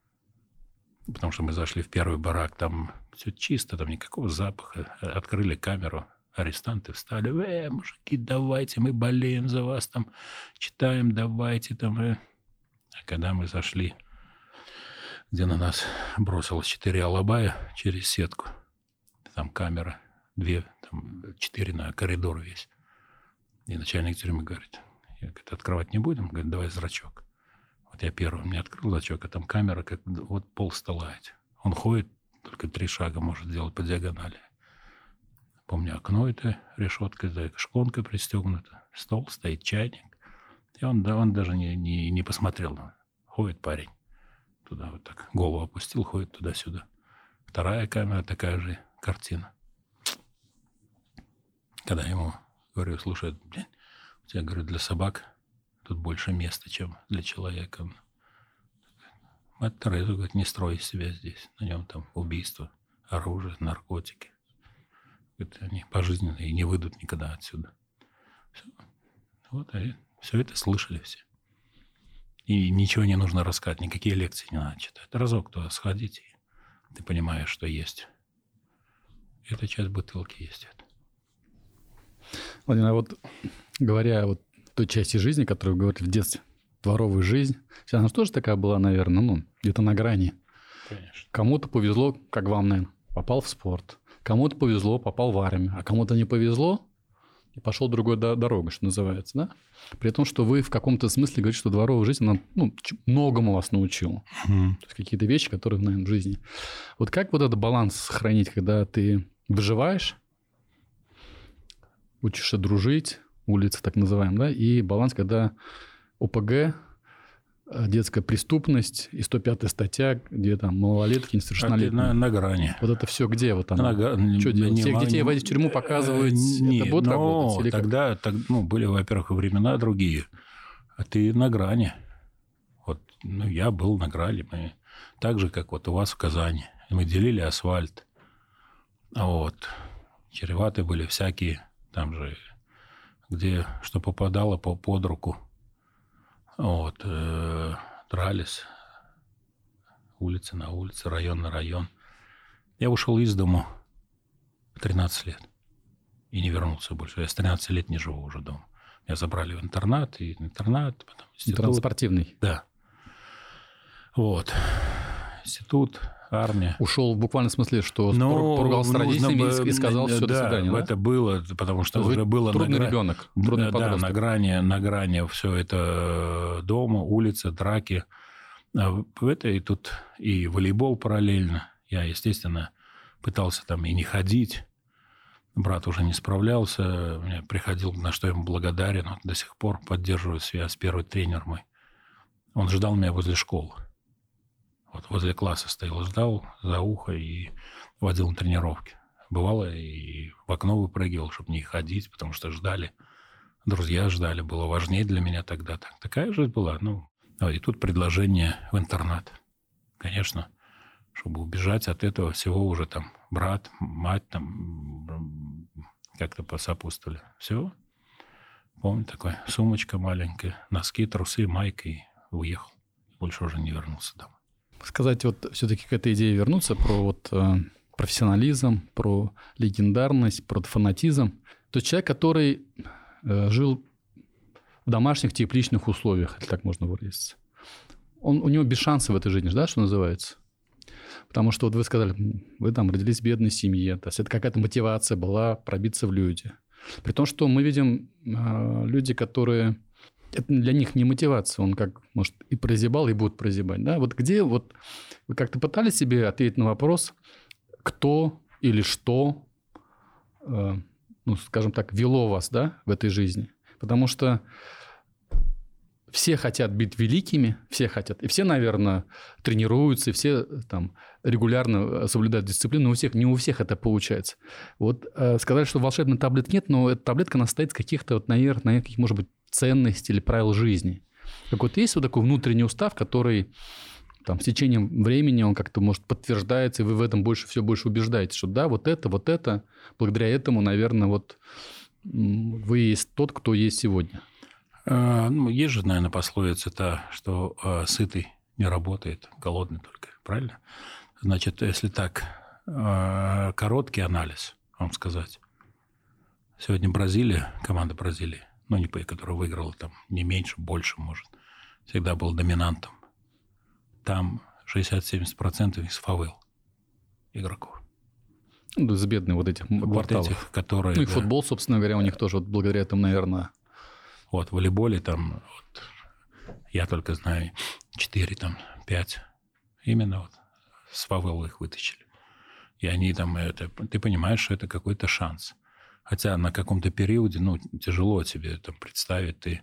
Потому что мы зашли в первый барак, там все чисто, там никакого запаха. Открыли камеру, арестанты встали: э, мужики, давайте, мы болеем за вас, там, читаем, давайте. Там. А когда мы зашли, где на нас бросилось четыре алабая через сетку, там камера, две, там, четыре на коридор весь. И начальник тюрьмы говорит: я, говорит, открывать не будем? Говорит: давай зрачок. Вот я первым не открыл зрачок, а там камера, как вот пол стола. Он ходит, только три шага может делать по диагонали. Помню, окно это решетка, да, шконка пристегнута, стол стоит, чайник. И он, да, он даже не, не, не посмотрел. Ходит парень. Туда вот так голову опустил, ходит туда-сюда. Вторая камера, такая же картина. Когда ему говорю: слушай, блин, у тебя, говорю, для собак тут больше места, чем для человека. Мать Тереза говорит: не строй из себя здесь. На нем там убийство, оружие, наркотики. Говорит, они пожизненные и не выйдут никогда отсюда. Все. Вот, и все это слышали все. И ничего не нужно рассказать, никакие лекции не надо читать. Разок туда сходить, и ты понимаешь, что есть. Эта часть бутылки есть. Это. Владимир, а вот говоря о вот той части жизни, которую вы говорили в детстве, дворовая жизнь, она же тоже такая была, наверное, ну, где-то на грани. Конечно. Кому-то повезло, как вам, наверное, попал в спорт. Кому-то повезло, попал в армию. А кому-то не повезло и пошел другой дорогой, что называется, да? При том, что вы в каком-то смысле говорите, что дворовая жизнь, она, ну, многому вас научила. Mm. То есть какие-то вещи, которые, наверное, в жизни. Вот как вот этот баланс сохранить, когда ты выживаешь, учишься дружить, улица так называемая, да, и баланс, когда ОПГ, детская преступность и сто пятая статья, где там малолетки, несовершеннолетние. На, на грани. Вот это все где? Вот оно? На, что делать? Всех детей не, водить в тюрьму, показывать, не, это будет но работать? Или тогда так, ну, были, во-первых, времена другие, а ты на грани. Вот, ну, я был на грани. Мы, так же, как вот у вас в Казани. Мы делили асфальт. Вот. Чреваты были всякие, там же, где что попадало по, под руку. Вот, э, дрались. улица на улице, район на район. Я ушел из дому в тринадцать лет и не вернулся больше. Я с тринадцати лет не живу уже дома. Меня забрали в интернат, и интернат, потом институт. Интернат спортивный. Да. Вот. Институт, армия. Ушел в буквальном смысле, что Но поругался с родителями бы, и сказал все, да, до свидания. Да, это было, потому что Вы уже было... Трудный на, ребенок, трудный да, подросток. Да, на грани, на грани все это дома, улица, драки. В это и тут и волейбол параллельно. Я, естественно, пытался там и не ходить. Брат уже не справлялся. Я приходил, на что ему благодарен. Он до сих пор поддерживает связь. Первый тренер мой. Он ждал меня возле школы. Вот возле класса стоял, ждал за ухо и водил на тренировки. Бывало, и в окно выпрыгивал, чтобы не ходить, потому что ждали. Друзья ждали. Было важнее для меня тогда. Так, такая жизнь была. Ну, и тут предложение в интернат. Конечно, чтобы убежать от этого всего уже там брат, мать там как-то посопутствовали. Все. Помню, такая сумочка маленькая, носки, трусы, майка, и уехал. Больше уже не вернулся домой. Сказать вот все-таки к этой идее вернуться, про вот э, профессионализм, про легендарность, про фанатизм. То есть человек, который э, жил в домашних тепличных условиях, если так можно выразиться, он, у него без шансов в этой жизни, да, что называется? Потому что вот вы сказали, вы там родились в бедной семье, то есть это какая-то мотивация была пробиться в люди. При том, что мы видим э, люди, которые... Это для них не мотивация, он как, может, и прозябал, и будет прозябать. Да? Вот где вот вы как-то пытались себе ответить на вопрос, кто или что, э, ну, скажем так, вело вас, да, в этой жизни? Потому что все хотят быть великими, все хотят, и все, наверное, тренируются, и все там регулярно соблюдают дисциплину, но у всех, не у всех это получается. Вот э, сказали, что волшебной таблетки нет, но эта таблетка, она состоит из каких-то, вот, наверное, каких, может быть, ценностей или правил жизни. Какой-то есть вот такой внутренний устав, который там, с течением времени он как-то, может, подтверждается, и вы в этом больше, все больше убеждаетесь, что да, вот это, вот это, благодаря этому, наверное, вот вы есть тот, кто есть сегодня. А, ну, есть же, наверное, пословица та, что а, сытый не работает, голодный только, правильно? Значит, если так, а, короткий анализ, вам сказать. Сегодня Бразилия, команда Бразилии, ну, не по, которая выиграла там не меньше, больше, может, всегда был доминантом. Там шестьдесят-семьдесят процентов из фавел игроков. Ну, с бедных вот этих вот кварталов. Этих, которые, ну, и да. футбол, собственно говоря, у них тоже вот благодаря этому, наверное... Вот, в волейболе там, вот, я только знаю, четыре, там, пять. Именно вот с фавел их вытащили. И они там, это, ты понимаешь, что это какой-то шанс. Хотя на каком-то периоде, ну, тяжело тебе там представить. Ты,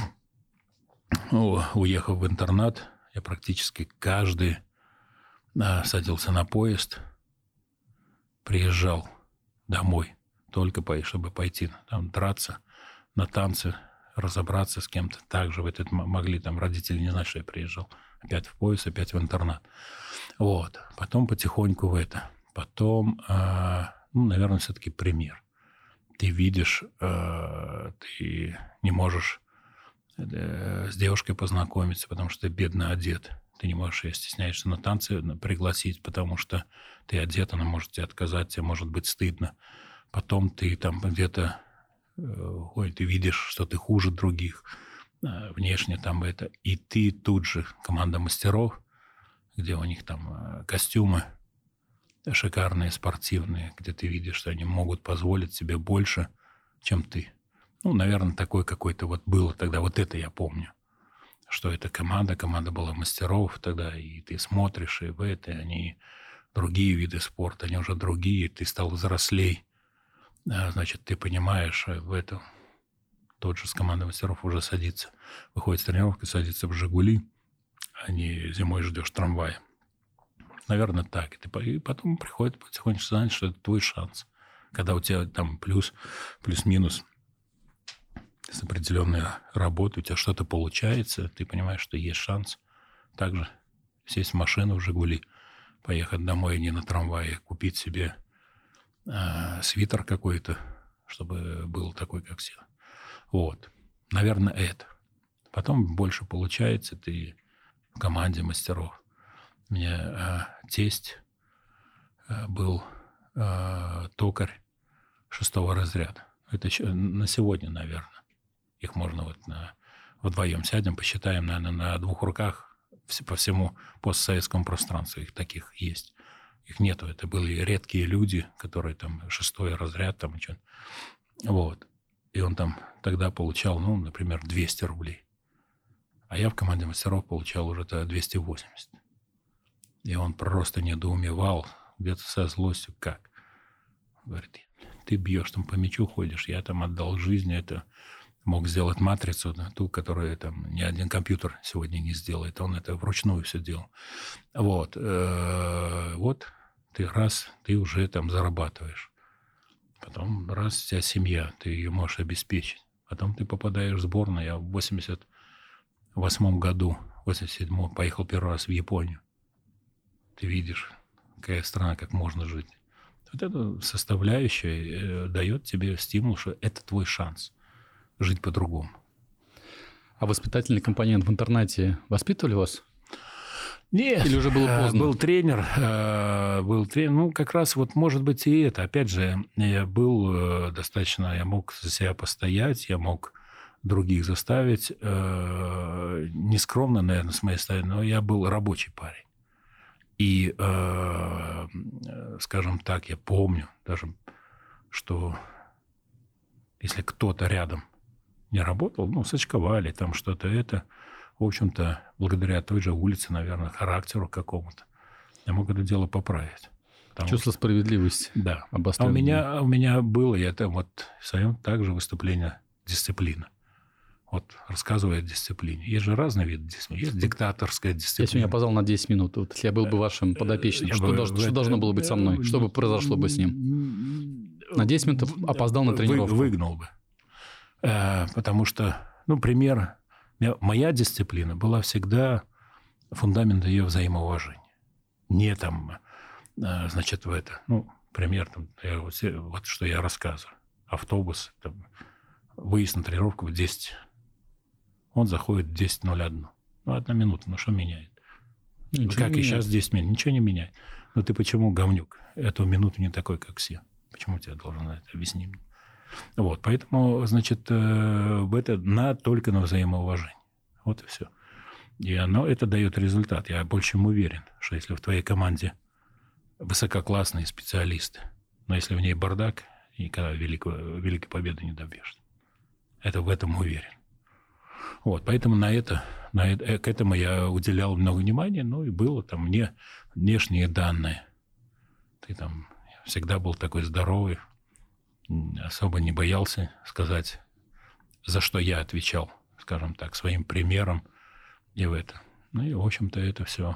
ну, уехав в интернат, я практически каждый а, садился на поезд, приезжал домой, только чтобы пойти там драться, на танцы, разобраться с кем-то. Также в этот могли там родители не знать, что я приезжал. Опять в поезд, опять в интернат. Вот. Потом потихоньку в это. Потом, э, ну, наверное, все-таки пример. Ты видишь, э, ты не можешь э, с девушкой познакомиться, потому что ты бедно одет. Ты не можешь, ее стесняешься на танцы пригласить, потому что ты одет, она может тебе отказать, тебе может быть стыдно. Потом ты там где-то, ой, ты видишь, что ты хуже других, внешне там это. И ты тут же, команда мастеров, где у них там костюмы шикарные, спортивные, где ты видишь, что они могут позволить себе больше, чем ты. Ну, наверное, такой какой-то вот было тогда, вот это я помню. Что это команда, команда была мастеров тогда, и ты смотришь, и в это, они другие виды спорта, они уже другие, ты стал взрослей, значит, ты понимаешь, в этом тот же с командой мастеров уже садится, выходит с тренировки, садится в «Жигули», а не зимой ждешь трамвая. Наверное, так. И, ты, и потом приходит потихоньку знать, что это твой шанс. Когда у тебя там плюс, плюс-минус с определенной работой, у тебя что-то получается, ты понимаешь, что есть шанс также сесть в машину в «Жигули», поехать домой не на трамвае, купить себе э, свитер какой-то, чтобы был такой, как все. Вот. Наверное, это. Потом больше получается, ты в команде мастеров. У меня э, тесть э, был э, токарь шестого разряда. Это еще на сегодня, наверное. Их можно вот на, вдвоем сядем, посчитаем, наверное, на двух руках по всему постсоветскому пространству. Их таких есть. Их нету. Это были редкие люди, которые там шестой разряд, там что-то. Вот. И он там тогда получал, ну, например, двести рублей. А я в команде мастеров получал уже тогда двести восемьдесят. И он просто недоумевал, где-то со злостью, как. Говорит, ты бьешь, там по мячу ходишь, я там отдал жизнь, это мог сделать матрицу, ту, которую там ни один компьютер сегодня не сделает. Он это вручную все делал. Вот. Вот ты раз, ты уже там зарабатываешь. Потом раз у тебя семья, ты ее можешь обеспечить. Потом ты попадаешь в сборную. Я в восемьдесят восьмом году, восемьдесят седьмом поехал первый раз в Японию. Ты видишь, какая страна, как можно жить. Вот эта составляющая э, дает тебе стимул, что это твой шанс жить по-другому. А воспитательный компонент в интернате воспитывали вас? Нет. Или уже было поздно? Был тренер, был тренер. Ну, как раз вот, может быть, и это. Опять же, я был достаточно... Я мог за себя постоять, я мог других заставить. Не скромно, наверное, с моей стороны, но я был рабочий парень. И, скажем так, я помню даже, что если кто-то рядом не работал, ну, сочковали, там что-то это... В общем-то, благодаря той же улице, наверное, характеру какому-то, я мог это дело поправить. Чувство что... справедливости. Да. А у меня, у меня было, и это вот в своем также выступление дисциплина. Вот рассказывая о дисциплине. Есть же разные виды дисциплины. Есть диктаторская дисциплина. Я сегодня опоздал на десять минут. Вот, если я был бы вашим подопечным, что, бы, должно, что должно было быть со мной? Что бы произошло бы с ним? На десять минут опоздал на тренировку. Вы, выгнал бы. Потому что, ну, пример... Моя дисциплина была всегда фундаментом ее взаимоуважения. Не там, значит, в это, ну, пример, там, я, вот, вот что я рассказываю. Автобус, там, выезд на тренировку в десять. Он заходит в десять ноль один. Ну, одна минута, ну, что меняет? Ничего как и сейчас десять минут, ничего не меняет. Ну, ты почему, говнюк, эту минуту не такой, как все? Почему тебе должен это объяснить? Вот, поэтому, значит, это на, только на взаимоуважение. Вот и все. И оно, это дает результат. Я больше чем уверен, что если в твоей команде высококлассные специалисты, но если в ней бардак, никогда великого, великой победы не добьешься. Это в этом уверен. Вот, поэтому на это, на это, к этому я уделял много внимания, ну и было там мне внешние данные. Ты там всегда был такой здоровый, особо не боялся сказать, за что я отвечал, скажем так, своим примером и в это. Ну и, в общем-то, это все.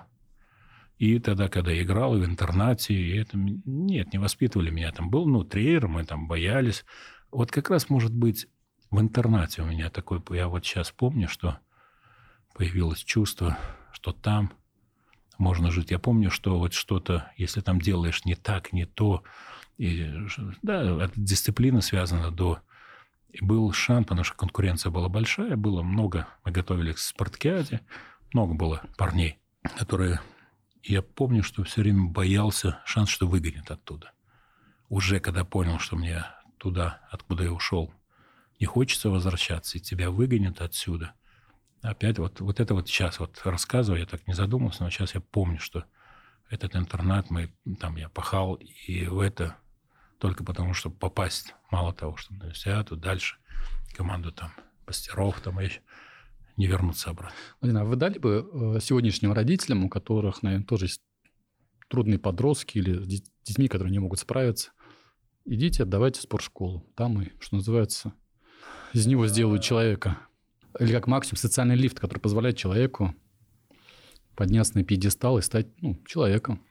И тогда, когда я играл в интернате, и это... Нет, не воспитывали меня. Там был, ну, тренер, мы там боялись. Вот как раз, может быть, в интернате у меня такое... Я вот сейчас помню, что появилось чувство, что там можно жить. Я помню, что вот что-то, если там делаешь не так, не то... И, да, дисциплина связана до... И был шанс, потому что конкуренция была большая, было много, мы готовились к спартакиаде, много было парней, которые... Я помню, что все время боялся шанс, что выгонят оттуда. Уже когда понял, что мне туда, откуда я ушел, не хочется возвращаться, и тебя выгонят отсюда. Опять вот, вот это вот сейчас вот рассказываю, я так не задумался, но сейчас я помню, что этот интернат, мы, там я пахал, и в это... Только потому, чтобы попасть, мало того, что на универсиаду, дальше команду там мастеров, там еще не вернуться обратно. Владимир, а вы дали бы сегодняшним родителям, у которых, наверное, тоже есть трудные подростки или с детьми, которые не могут справиться, идите, отдавайте в спортшколу. Там и, что называется, из него сделают человека. Или как максимум социальный лифт, который позволяет человеку подняться на пьедестал и стать, ну, человеком.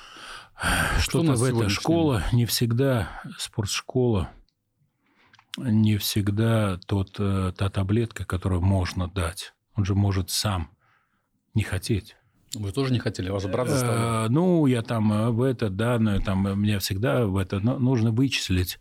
Что-то в этой школе не всегда, спортшкола, не всегда тот, та таблетка, которую можно дать. Он же может сам не хотеть. Вы тоже не хотели, вас брат заставил? Ну, я там в это, да, там мне всегда в это нужно вычислить,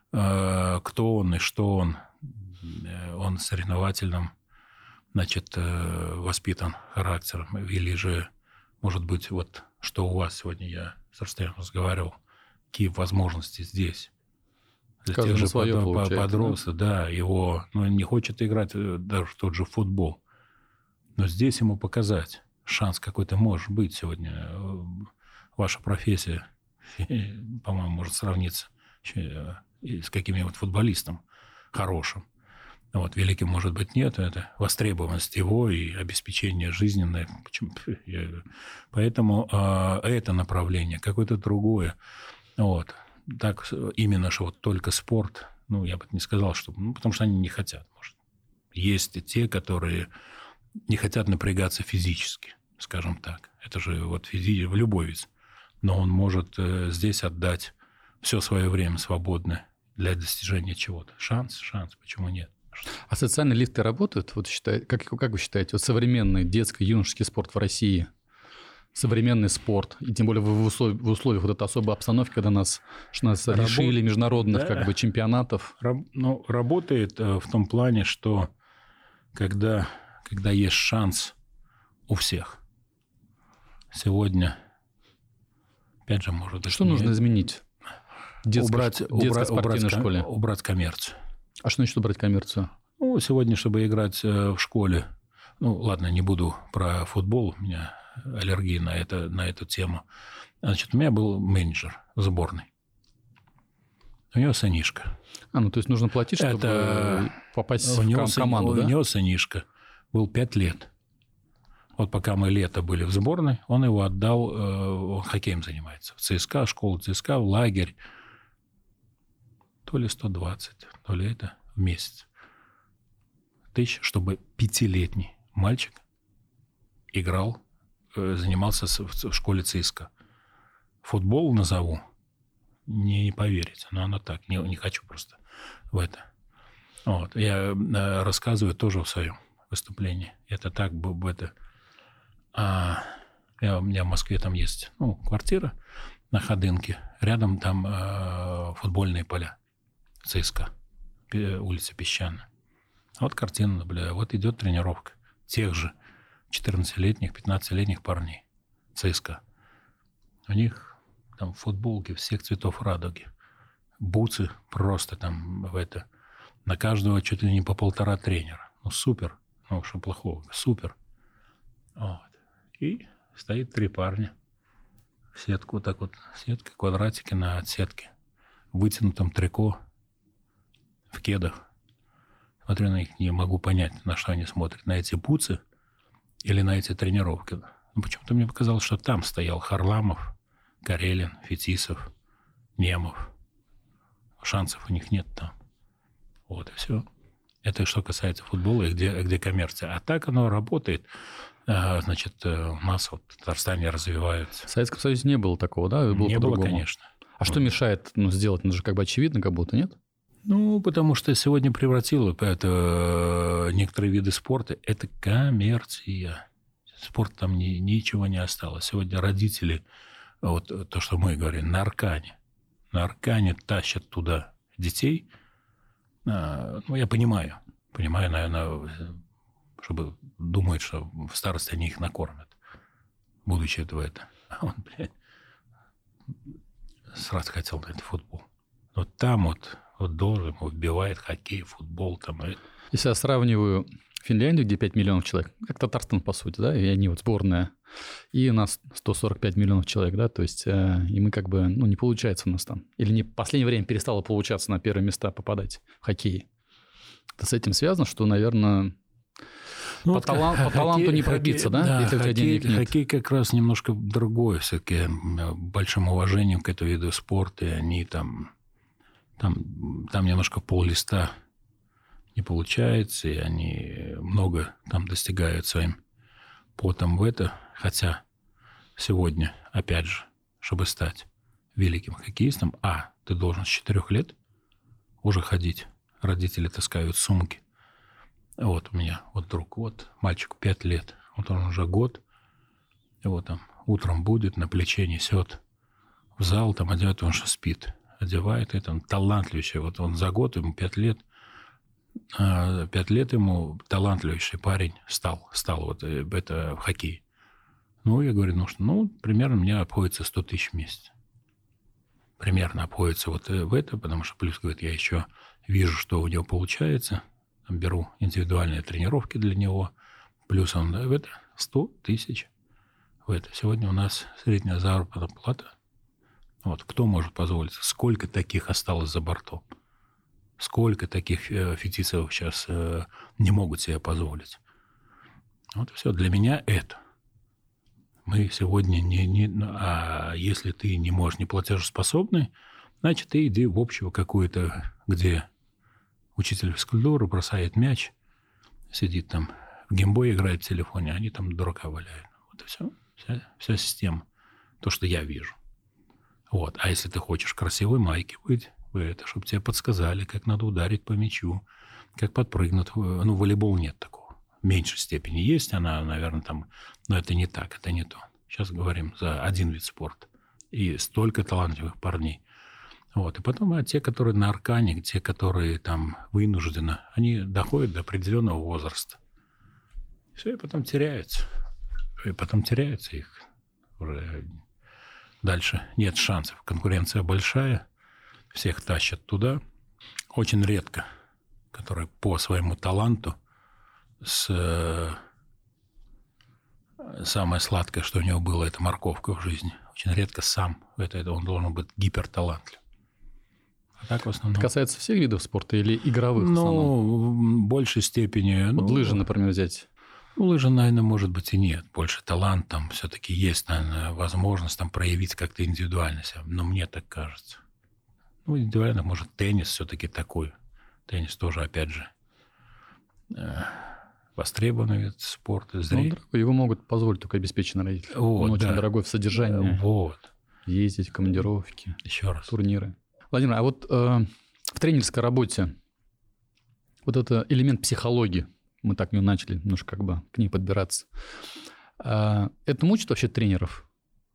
кто он и что он. Он соревновательным, значит, воспитан характером или же может быть, вот что у вас сегодня, я с Арсеном разговаривал, какие возможности здесь. Для Каждый тех же свое под, получается, подростка, да? да, его, ну, не хочет играть даже в тот же футбол. Но здесь ему показать шанс какой-то может быть сегодня. Ваша профессия, по-моему, может сравниться с каким-нибудь футболистом хорошим. Вот, великим, может быть, нет. Это востребованность его и обеспечение жизненное. Почему? Поэтому э, это направление, какое-то другое. Вот. Так, именно что вот только спорт, ну, я бы не сказал, что... Ну, потому что они не хотят, может. Есть и те, которые не хотят напрягаться физически, скажем так. Это же вот физи... в любой вид. Но он может э, здесь отдать все свое время свободное для достижения чего-то. Шанс, шанс, почему нет? А социальные лифты работают? Вот считаете, как, как вы считаете, вот современный детско-юношеский спорт в России, современный спорт, и тем более в условиях, в условиях вот этой особой обстановки, когда нас, нас Работ... лишили международных да. как бы, чемпионатов? Раб... Ну, работает э, в том плане, что когда, когда есть шанс у всех. Сегодня, опять же, может быть... Что не... нужно изменить в детской, убрать, детской убрать, спортивной убрать, школе? Убрать коммерцию. А что значит убрать коммерцию? Ну, сегодня, чтобы играть в школе... Ну, ладно, не буду про футбол, у меня аллергия на, это, на эту тему. Значит, у меня был менеджер сборной. У него сынишка. А, ну, то есть нужно платить, чтобы это... попасть у в него ком- команду, у да? У него сынишка был пять лет. Вот пока мы лето были в сборной, он его отдал, он хоккеем занимается. В ЦСКА, школу ЦСКА, в лагерь. То ли сто двадцать, то ли это в месяц. Тысяч, чтобы пятилетний мальчик играл, занимался в школе ЦСКА. Футбол назову, не, не поверите, но оно так, не, не хочу просто в это. Вот. Я рассказываю тоже в своем выступлении. Это так, это... А, я, у меня в Москве там есть ну, квартира на Ходынке. Рядом там э, футбольные поля. ЦСКА. Улица Песчаная. Вот картина наблюдаю. Вот идет тренировка тех же четырнадцатилетних, пятнадцатилетних парней. ЦСКА. У них там футболки всех цветов радуги. Бутсы просто там в это. На каждого чуть ли не по полтора тренера. Ну, супер. Ну, что плохого. Супер. Вот. И стоит три парня. В сетку, вот так вот, сетка, квадратики на сетке. В вытянутом трико, в кедах. Смотрю на них, не могу понять, на что они смотрят. На эти бутсы или на эти тренировки. Но почему-то мне показалось, что там стоял Харламов, Карелин, Фетисов, Немов. Шансов у них нет там. Вот и все. Это что касается футбола и где, где коммерция. А так оно работает. Значит, у нас вот в Татарстане развиваются. В Советском Союзе не было такого, да? Было не было, конечно. А что мешает ну, сделать? Это же как бы очевидно, как будто, нет? Ну, потому что сегодня превратило это, некоторые виды спорта. Это коммерция. Спорт там ни, ничего не осталось. Сегодня родители, вот то, что мы говорим, на Аркане. На Аркане тащат туда детей. Ну, я понимаю. Понимаю, наверное, чтобы думают, что в старости они их накормят. Будучи этого это. А он, блядь, сразу хотел на этот футбол. Вот там вот, вот должен, вбивает хоккей, футбол. Там. Если я сравниваю Финляндию, где пять миллионов человек, как Татарстан, по сути, да, и они вот сборная, и у нас сто сорок пять миллионов человек, да, то есть э, и мы как бы, ну, не получается у нас там. Или не в последнее время перестало получаться на первые места попадать в хоккее. Это с этим связано, что, наверное... Ну, по, вот талан, хоккей, по таланту не пробиться, хоккей, да? Да, если хоккей, хоккей как раз немножко другое. Все-таки большим уважением к этому виду спорта. И они там, там, там немножко пол-листа не получается. И они много там достигают своим потом в это. Хотя сегодня, опять же, чтобы стать великим хоккеистом, а, ты должен с четырех лет уже ходить. Родители таскают сумки. Вот у меня вот друг, вот мальчику пять лет, вот он уже год, его там утром будет, на плече несет в зал, там одевает, он что спит, одевает, это он талантливейший, вот он за год, ему пять лет, пять лет ему талантливейший парень стал, стал вот это в хоккее. Ну, я говорю, ну, что, ну, примерно мне обходится сто тысяч в месяц. Примерно обходится вот в это, потому что плюс, говорит, я еще вижу, что у него получается. Беру индивидуальные тренировки для него. Плюс он да, в это сто тысяч. В это. Сегодня у нас средняя заработная плата. Вот. Кто может позволить? Сколько таких осталось за бортом? Сколько таких э, фетисов сейчас э, не могут себе позволить? Вот все. Для меня это. Мы сегодня не... не а если ты не можешь, не платежеспособный, значит, ты иди в общего какую-то, где учитель физкультуры бросает мяч, сидит там, в геймбой играет в телефоне, они там дурака валяют. Вот и все. Вся, вся система. То, что я вижу. Вот. А если ты хочешь красивой майки быть, это, чтобы тебе подсказали, как надо ударить по мячу, как подпрыгнуть. Ну, волейбол нет такого. В меньшей степени есть она, наверное, там... Но это не так, это не то. Сейчас говорим за один вид спорта. И столько талантливых парней. Вот. И потом а те, которые на аркане, те, которые там вынуждены, они доходят до определенного возраста. Все, и потом теряются. И потом теряются их. Уже дальше нет шансов. Конкуренция большая. Всех тащат туда. Очень редко, который по своему таланту с... Самое сладкое, что у него было, это морковка в жизни. Очень редко сам. Это, это он должен быть гиперталантлив. А так в основном... Это касается всех видов спорта или игровых в основном? Ну, в большей степени... Вот ну, лыжи, например, взять. Ну, лыжи, наверное, может быть и нет. Больше талант там все-таки есть, наверное, возможность там проявить как-то индивидуально себя. Но мне так кажется. Ну, индивидуально, может, теннис все-таки такой. Теннис тоже, опять же... востребованный вид спорта. Ну, его могут позволить только обеспеченные родители. Вот, Он очень да. дорогой в содержании. Вот. Ездить, командировки, Еще раз. турниры. Владимир, а вот э, в тренерской работе вот это элемент психологии, мы так не начали немножко как бы к ней подбираться, э, это мучит вообще тренеров?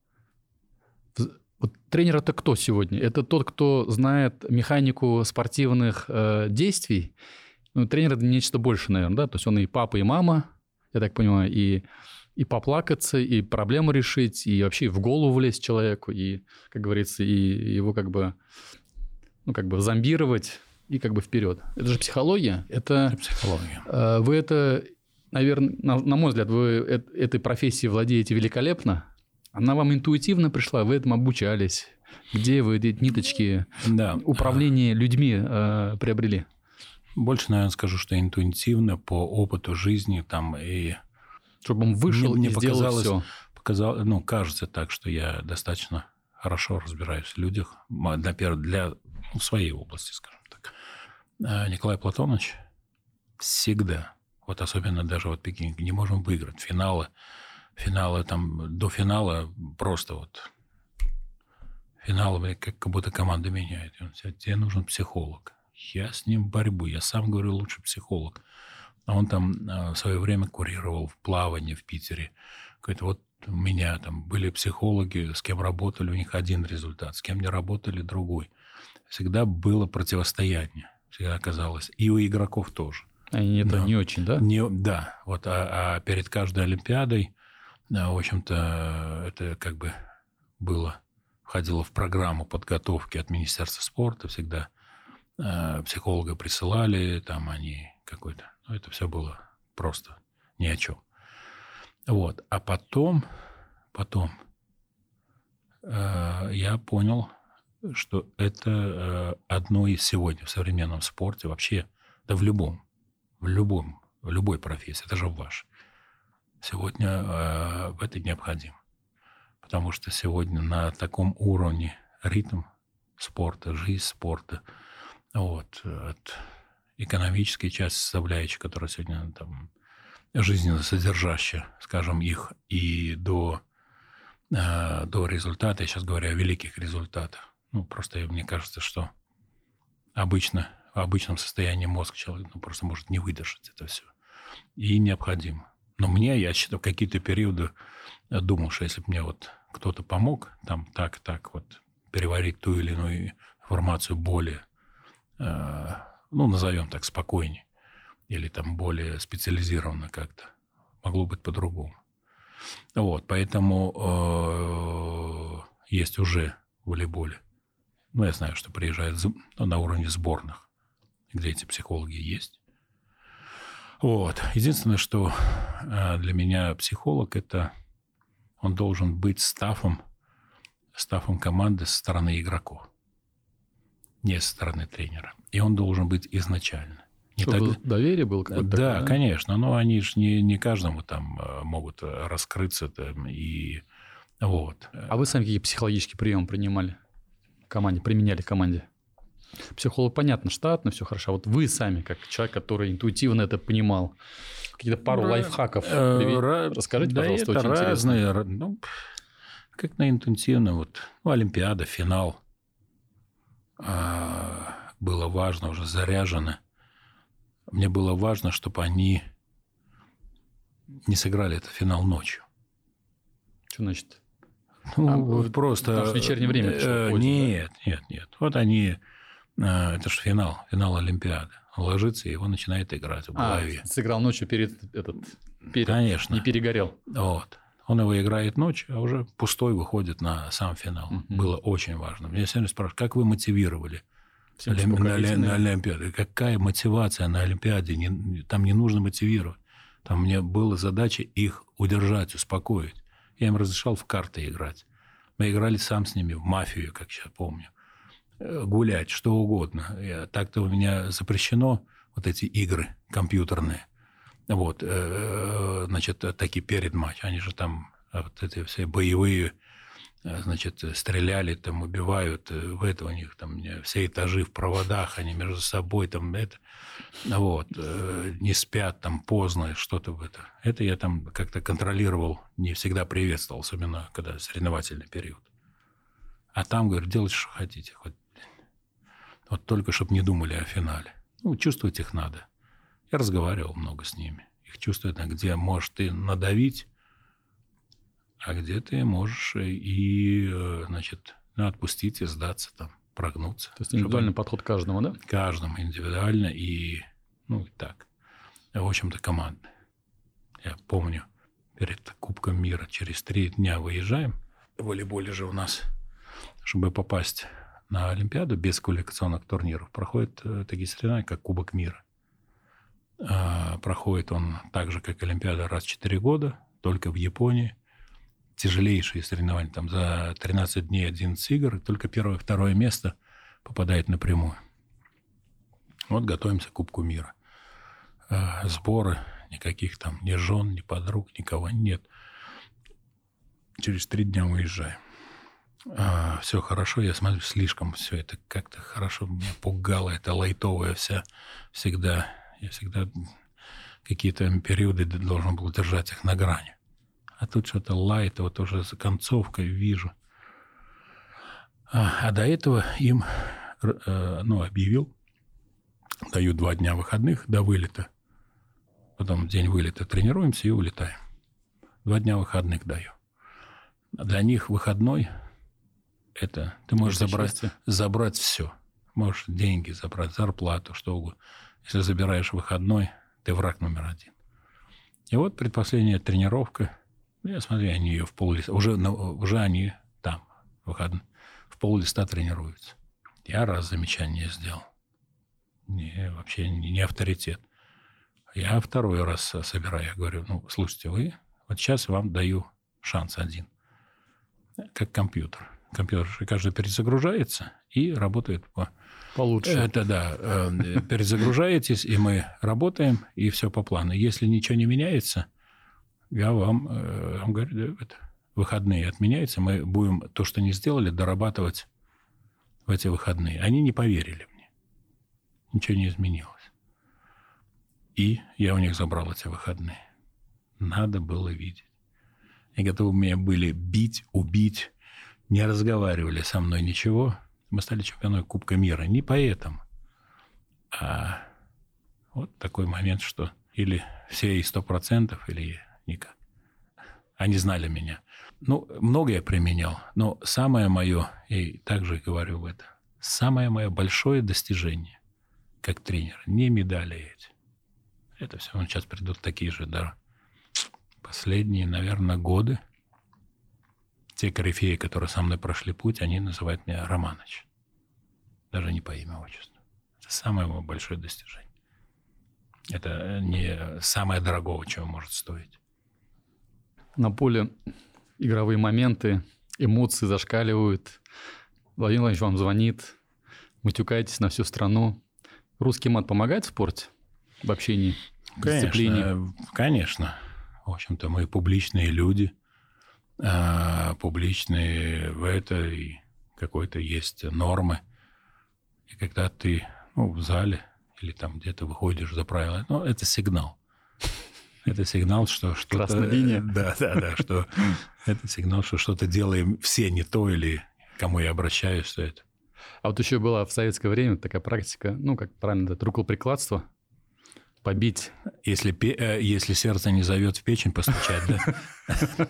Вот тренер – это кто сегодня? Это тот, кто знает механику спортивных э, действий? Ну, тренер – это нечто больше, наверное, да? То есть он и папа, и мама, я так понимаю, и, и поплакаться, и проблему решить, и вообще в голову влезть человеку, и, как говорится, и его как бы, ну, как бы зомбировать, и как бы вперед. Это же психология. Это, это психология. Э, вы это, наверное, на, на мой взгляд, вы э, этой профессией владеете великолепно. Она вам интуитивно пришла, вы этому обучались. Где вы эти ниточки да. управления людьми э, приобрели? Больше, наверное, скажу, что интуитивно, по опыту жизни там и... Чтобы он вышел мне, и мне сделал все. Показалось, ну, кажется так, что я достаточно хорошо разбираюсь в людях. Для, для ну, своей области, скажем так. Николай Платонович всегда, вот особенно даже вот Пекин, не можем выиграть. Финалы, финалы там, до финала просто вот... Финалы, как, как будто команда меняет. Тебе нужен психолог. Я с ним борьбу. Я сам говорю, лучше психолог. А он там в свое время курировал в плавании в Питере. Говорит, вот у меня там были психологи, с кем работали, у них один результат, с кем не работали, другой. Всегда было противостояние. Всегда казалось. И у игроков тоже. Они это да. не очень, да? Не, да. Вот, а, а перед каждой Олимпиадой, в общем-то, это как бы было, входило в программу подготовки от Министерства спорта всегда. Психолога присылали, там они какой-то... Ну, это все было просто ни о чем. Вот. А потом, потом э, я понял, что это э, одно из сегодня в современном спорте, вообще, да в любом, в любом, в любой профессии, даже в вашей. Сегодня э, это необходимо. Потому что сегодня на таком уровне ритм спорта, жизнь спорта, вот, от экономической части составляющей, которая сегодня там жизненно содержащая, скажем, их, и до, э, до результата, я сейчас говорю о великих результатах. Ну, просто мне кажется, что обычно, в обычном состоянии мозг человека ну, просто может не выдержать это все. И необходимо. Но мне, я считаю, в какие-то периоды думал, что если бы мне вот кто-то помог там так, так вот переварить ту или иную информацию более, э, ну, назовем так, спокойнее, или там более специализированно как-то, могло быть по-другому. Вот, поэтому э, есть уже в волейболе. Ну, я знаю, что приезжают ну, на уровне сборных, где эти психологи есть. Вот. Единственное, что э, для меня психолог – это он должен быть стафом, стафом команды со стороны игроков, не со стороны тренера. И он должен быть изначально. Не Чтобы так... доверие было какое-то да, такое, да, конечно. Но они же не, не каждому там могут раскрыться там, и вот. А вы сами какие психологические приемы принимали в команде, применяли в команде? Психолог, понятно, штатно, все хорошо. А вот вы сами, как человек, который интуитивно это понимал, какие-то пару Ра- лайфхаков э, ра- расскажите, да, пожалуйста, это очень интересно. разные, ну, как на интуитивно, вот, ну, Олимпиада, финал. А, было важно, уже заряжено. Мне было важно, чтобы они не сыграли этот финал ночью. Что значит? Ну, А, вот просто... Потому что вечернее время э, пришло, поздно, Нет, да? нет, нет. Вот они... Э, это же финал, финал Олимпиады. Он ложится, и его начинает играть в голове. А, сыграл ночью перед... Этот, перед Конечно. Не перегорел. Вот. Он его играет ночью, а уже пустой выходит на сам финал. Угу. Было очень важно. Меня все время спрашивают, как вы мотивировали Всем Олим... на, на Олимпиаде? Какая мотивация на Олимпиаде? Не... Там не нужно мотивировать. Там у меня была задача их удержать, успокоить. Я им разрешал в карты играть. Мы играли сам с ними в мафию, как сейчас помню. Гулять, что угодно. Я, так-то у меня запрещено вот эти игры компьютерные. Вот, значит, такие перед матчем. Они же там вот эти все боевые, значит, стреляли, там убивают. В это у них там все этажи в проводах, они между собой там это, вот, не спят там поздно, что-то в это. Это я там как-то контролировал, не всегда приветствовал, особенно когда соревновательный период. А там, говорю, делайте, что хотите. Хоть, вот только, чтобы не думали о финале. Ну, чувствовать их надо. Я разговаривал много с ними. Их чувствуют, где можешь ты надавить, а где ты можешь и, значит, ну, отпустить и сдаться, там, прогнуться. То есть индивидуальный подход к каждому, да? Каждому индивидуально и, ну, и так. В общем-то, командный. Я помню, перед Кубком мира через три дня выезжаем. В волейболе же у нас, чтобы попасть на Олимпиаду без квалификационных турниров, проходят такие соревнования, как Кубок мира. А, проходит он так же, как Олимпиада, раз в четыре года, только в Японии. Тяжелейшие соревнования, там за тринадцать дней одиннадцать игр, и только первое, второе место попадает напрямую. Вот готовимся к Кубку мира. А, сборы, никаких там ни жен, ни подруг, никого нет. Через три дня уезжаем. А, все хорошо, я смотрю, слишком все это как-то хорошо меня пугало, это лайтовое вся всегда. Я всегда какие-то периоды должен был держать их на грани. А тут что-то лайт, вот уже за концовкой вижу. А, а до этого им э, ну, объявил, даю два дня выходных до вылета. Потом день вылета тренируемся и улетаем. Два дня выходных даю. Для них выходной – это ты можешь забрать, забрать все. Можешь деньги забрать, зарплату, что угодно. Если забираешь выходной, ты враг номер один. И вот предпоследняя тренировка. Я смотрю, они ее в пол-листа. Уже, уже они там, выходные, в пол-листа тренируются. Я раз замечание сделал. Не, вообще не, не авторитет. Я второй раз собираю. Я говорю, ну, слушайте, вы, вот сейчас вам даю шанс один. Как компьютер. Компьютер каждый перезагружается и работает по... Получше. Это да. Перезагружаетесь, и мы работаем, и все по плану. Если ничего не меняется, я вам, вам говорю, да, это, выходные отменяются, мы будем то, что не сделали, дорабатывать в эти выходные. Они не поверили мне. Ничего не изменилось. И я у них забрал эти выходные. Надо было видеть. Они готовы меня были бить, убить, не разговаривали со мной ничего. Мы стали чемпионами Кубка мира. Не поэтому. А вот такой момент, что или все и сто процентов, или никак. Они знали меня. Ну, многое я применял, но самое мое, и также говорю в это, самое мое большое достижение, как тренер, не медали эти. Это все, сейчас придут такие же, да, последние, наверное, годы те корифеи, которые со мной прошли путь, они называют меня Романыч. Даже не по имя, отчеству. Это самое мое большое достижение. Это не самое дорогого, чего может стоить. На поле игровые моменты, эмоции зашкаливают. Владимир Владимирович вам звонит, матюкаетесь на всю страну. Русский мат помогает в спорте, в общении, в дисциплине? Конечно, конечно. В общем-то, мы публичные люди, а, публичные в это, и какой-то есть нормы. И когда ты ну, в зале или там где-то выходишь за правила, ну, это сигнал. Это сигнал, что что-то... Красная линия. Да, да, да, что это сигнал, что что-то делаем все не то, или к кому я обращаюсь, что это. А вот еще была в советское время такая практика, ну, как правильно, это рукоприкладство, побить. Если, если сердце не зовет, в печень постучать, да?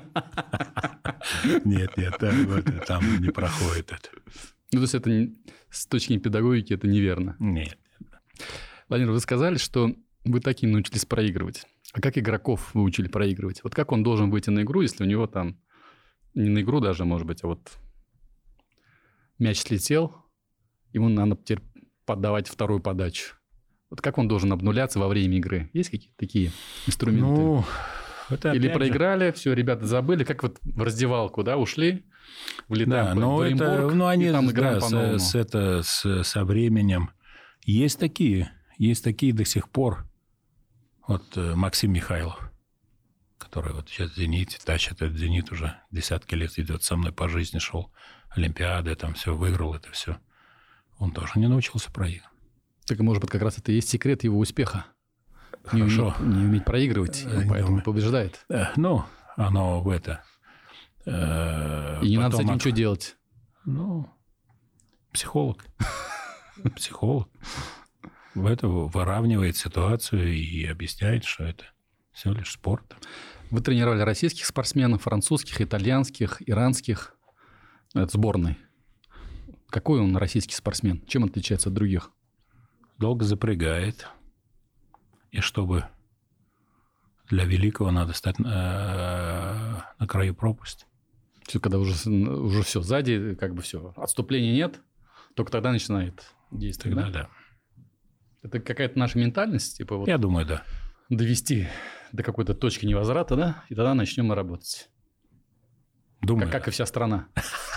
Нет, нет, там не проходит это. Ну, то есть это с точки зрения педагогики это неверно. Нет. Владимир, вы сказали, что вы таким научились проигрывать. А как игроков вы учили проигрывать? Вот как он должен выйти на игру, если у него там... Не на игру даже, может быть, а вот мяч слетел, ему надо теперь подавать вторую подачу. Вот как он должен обнуляться во время игры? Есть какие-то такие инструменты? Ну, это Или проиграли, же... все, ребята забыли, как вот в раздевалку, да, ушли, да, вылетаем но в Оренбург, это, ну, они, и там играем да, по-новому. с, с, это, с, со временем. Есть такие, есть такие до сих пор. Вот Максим Михайлов, который вот сейчас в «Зените» тащит. Этот «Зенит» уже десятки лет идет со мной по жизни, шел Олимпиады, там все, выиграл это все. Он тоже не научился проигрывать. Так, может быть, как раз это и есть секрет его успеха. Хорошо. Не уметь, не уметь проигрывать, и поэтому побеждает. Ну, оно в это... Э, и не надо с этим от... ничего делать. Ну, психолог. Психолог. В это выравнивает ситуацию и объясняет, что это всего лишь спорт. Вы тренировали российских спортсменов, французских, итальянских, иранских. Это сборной. Какой он российский спортсмен? Чем он отличается от других? Долго запрягает. И чтобы для великого надо стать на, на краю пропасти. Все, когда уже, уже все сзади, как бы все, отступления нет, только тогда начинает действовать. Тогда да? да. Это какая-то наша ментальность, типа вот Я думаю, да. довести до какой-то точки невозврата, да, и тогда начнем мы работать. Думаю, как, как и вся страна.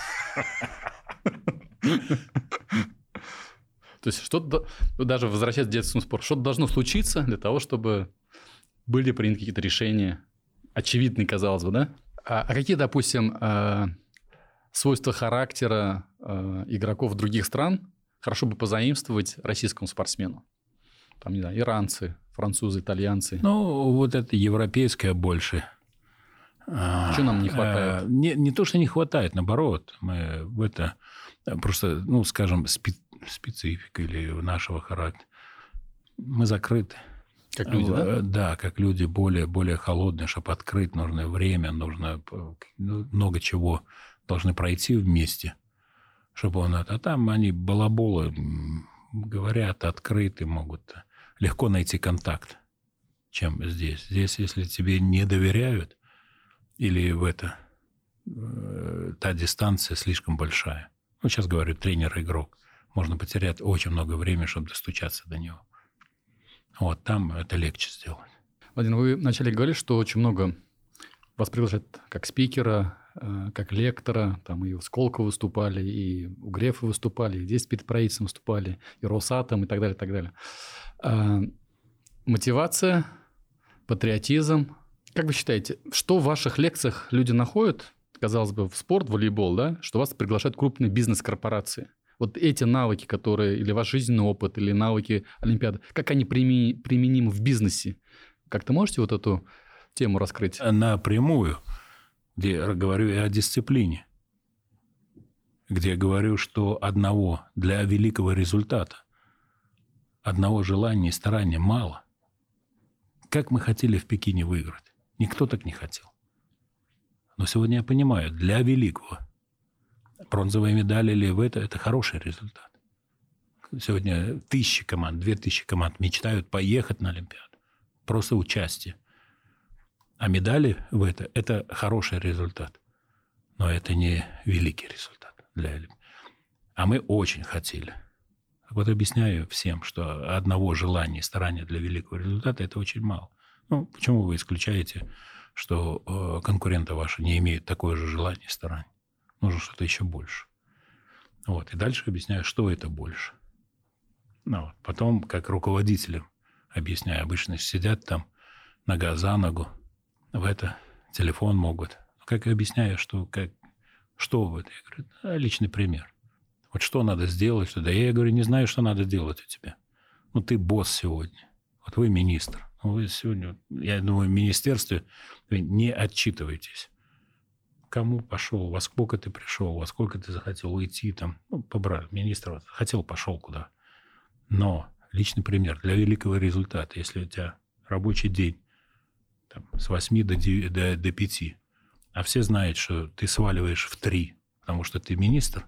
То есть что-то, даже возвращаясь к детскому спорту, что-то должно случиться для того, чтобы были приняты какие-то решения, очевидные, казалось бы, да? А, а какие, допустим, э, свойства характера э, игроков других стран хорошо бы позаимствовать российскому спортсмену? Там, не знаю, иранцы, французы, итальянцы. Ну, вот это европейское больше. Чего нам не хватает? А, не, не то, что не хватает, наоборот. Мы в это просто, ну, скажем, спи, специфика или нашего характера. Мы закрыты. Как люди, да? Да, как люди более, более холодные, чтобы открыть, нужно время, нужно много чего должны пройти вместе, чтобы он... А там они балаболы говорят, открыты, могут легко найти контакт, чем здесь. Здесь, если тебе не доверяют, или в это та дистанция слишком большая. Ну, сейчас говорю, тренер-игрок. Можно потерять очень много времени, чтобы достучаться до него. Вот там это легче сделать. Владимир, вы вначале говорили, что очень много вас приглашают как спикера, как лектора. Там и у Сколково выступали, и у Грефа выступали, и здесь перед правительством выступали, и Росатом, и так далее, и так далее. А, мотивация, патриотизм. Как вы считаете, что в ваших лекциях люди находят, казалось бы, в спорт, в волейбол, да, что вас приглашают крупные бизнес-корпорации? Вот эти навыки, которые, или ваш жизненный опыт, или навыки Олимпиады, как они применимы в бизнесе? Как-то можете вот эту тему раскрыть? Напрямую, где я говорю и о дисциплине, где я говорю, что одного для великого результата, одного желания и старания мало. Как мы хотели в Пекине выиграть? Никто так не хотел. Но сегодня я понимаю, для великого бронзовая медаль или в это, это хороший результат. Сегодня тысячи команд, две тысячи команд мечтают поехать на Олимпиаду. Просто участие. А медали в это – это хороший результат. Но это не великий результат для Олимпии. А мы очень хотели. Вот объясняю всем, что одного желания и старания для великого результата – это очень мало. Ну, почему вы исключаете, что э, конкуренты ваши не имеют такое же желание и старание? Нужно что-то еще больше. Вот. И дальше объясняю, что это больше. Ну, вот. Потом, как руководителям объясняю, обычно сидят там нога за ногу, в это телефон могут. Как объясняю, что, как, что в это? Я говорю, да, личный пример. Вот что надо сделать туда? Я говорю, не знаю, что надо делать у тебя. Ну, ты босс сегодня. Вот вы министр. Вы сегодня, я думаю, в министерстве вы не отчитываетесь. Кому пошел, во сколько ты пришел, во сколько ты захотел уйти, там, ну, побрать, министр хотел, пошел куда. Но личный пример для великого результата, если у тебя рабочий день там, с восьми до, до, до пяти, а все знают, что ты сваливаешь в три, потому что ты министр,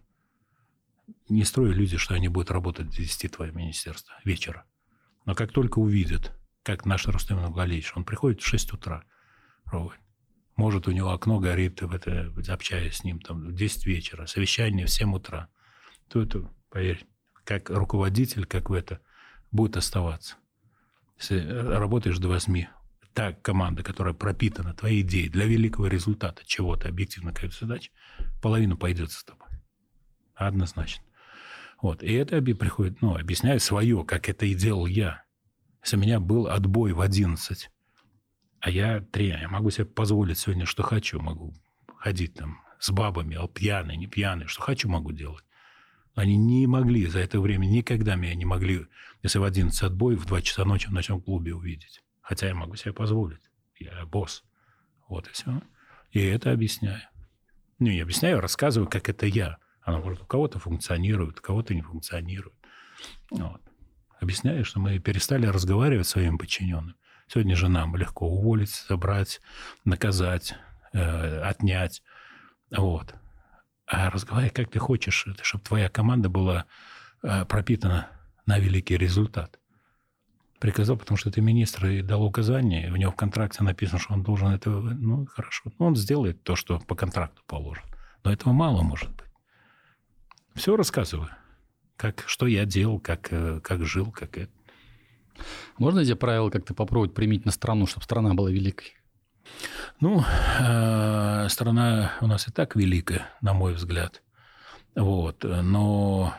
не строй иллюзии, что они будут работать до десяти твое министерство вечера. Но как только увидят, как наш Рустем Нургалиевич, он приходит в шесть утра, ровно. Может, у него окно горит, в это, общаясь с ним, там, в десять вечера, совещание в семь утра, то это, поверь, как руководитель, как в это, будет оставаться. Если работаешь до восьми, та команда, которая пропитана твоей идеей для великого результата чего-то, объективно какой-то задачи, половину пойдет с тобой. Однозначно. Вот. И это приходит, ну, объясняю свое, как это и делал я. Если у меня был отбой в одиннадцать, а я три, я могу себе позволить сегодня, что хочу. Могу ходить там с бабами, а пьяный, не пьяный, что хочу, могу делать. Но они не могли за это время, никогда меня не могли, если в одиннадцать отбой, в два часа ночи в ночном клубе увидеть. Хотя я могу себе позволить. Я босс. Вот и все. И это объясняю. Ну, я объясняю, рассказываю, как это я. Оно может у кого-то функционирует, у кого-то не функционирует. Вот. Объясняю, что мы перестали разговаривать с своим подчиненным. Сегодня же нам легко уволить, забрать, наказать, э, отнять. Вот. А разговаривай, как ты хочешь, чтобы твоя команда была э, пропитана на великий результат. Приказал, потому что ты министр и дал указание, у него в контракте написано, что он должен это... Ну, хорошо. Он сделает то, что по контракту положено. Но этого мало может быть. Все рассказываю. Как, что я делал, как, как жил, как это. Можно эти правила как-то попробовать применить на страну, чтобы страна была великой? Ну, э, страна у нас и так великая, на мой взгляд. Вот. Но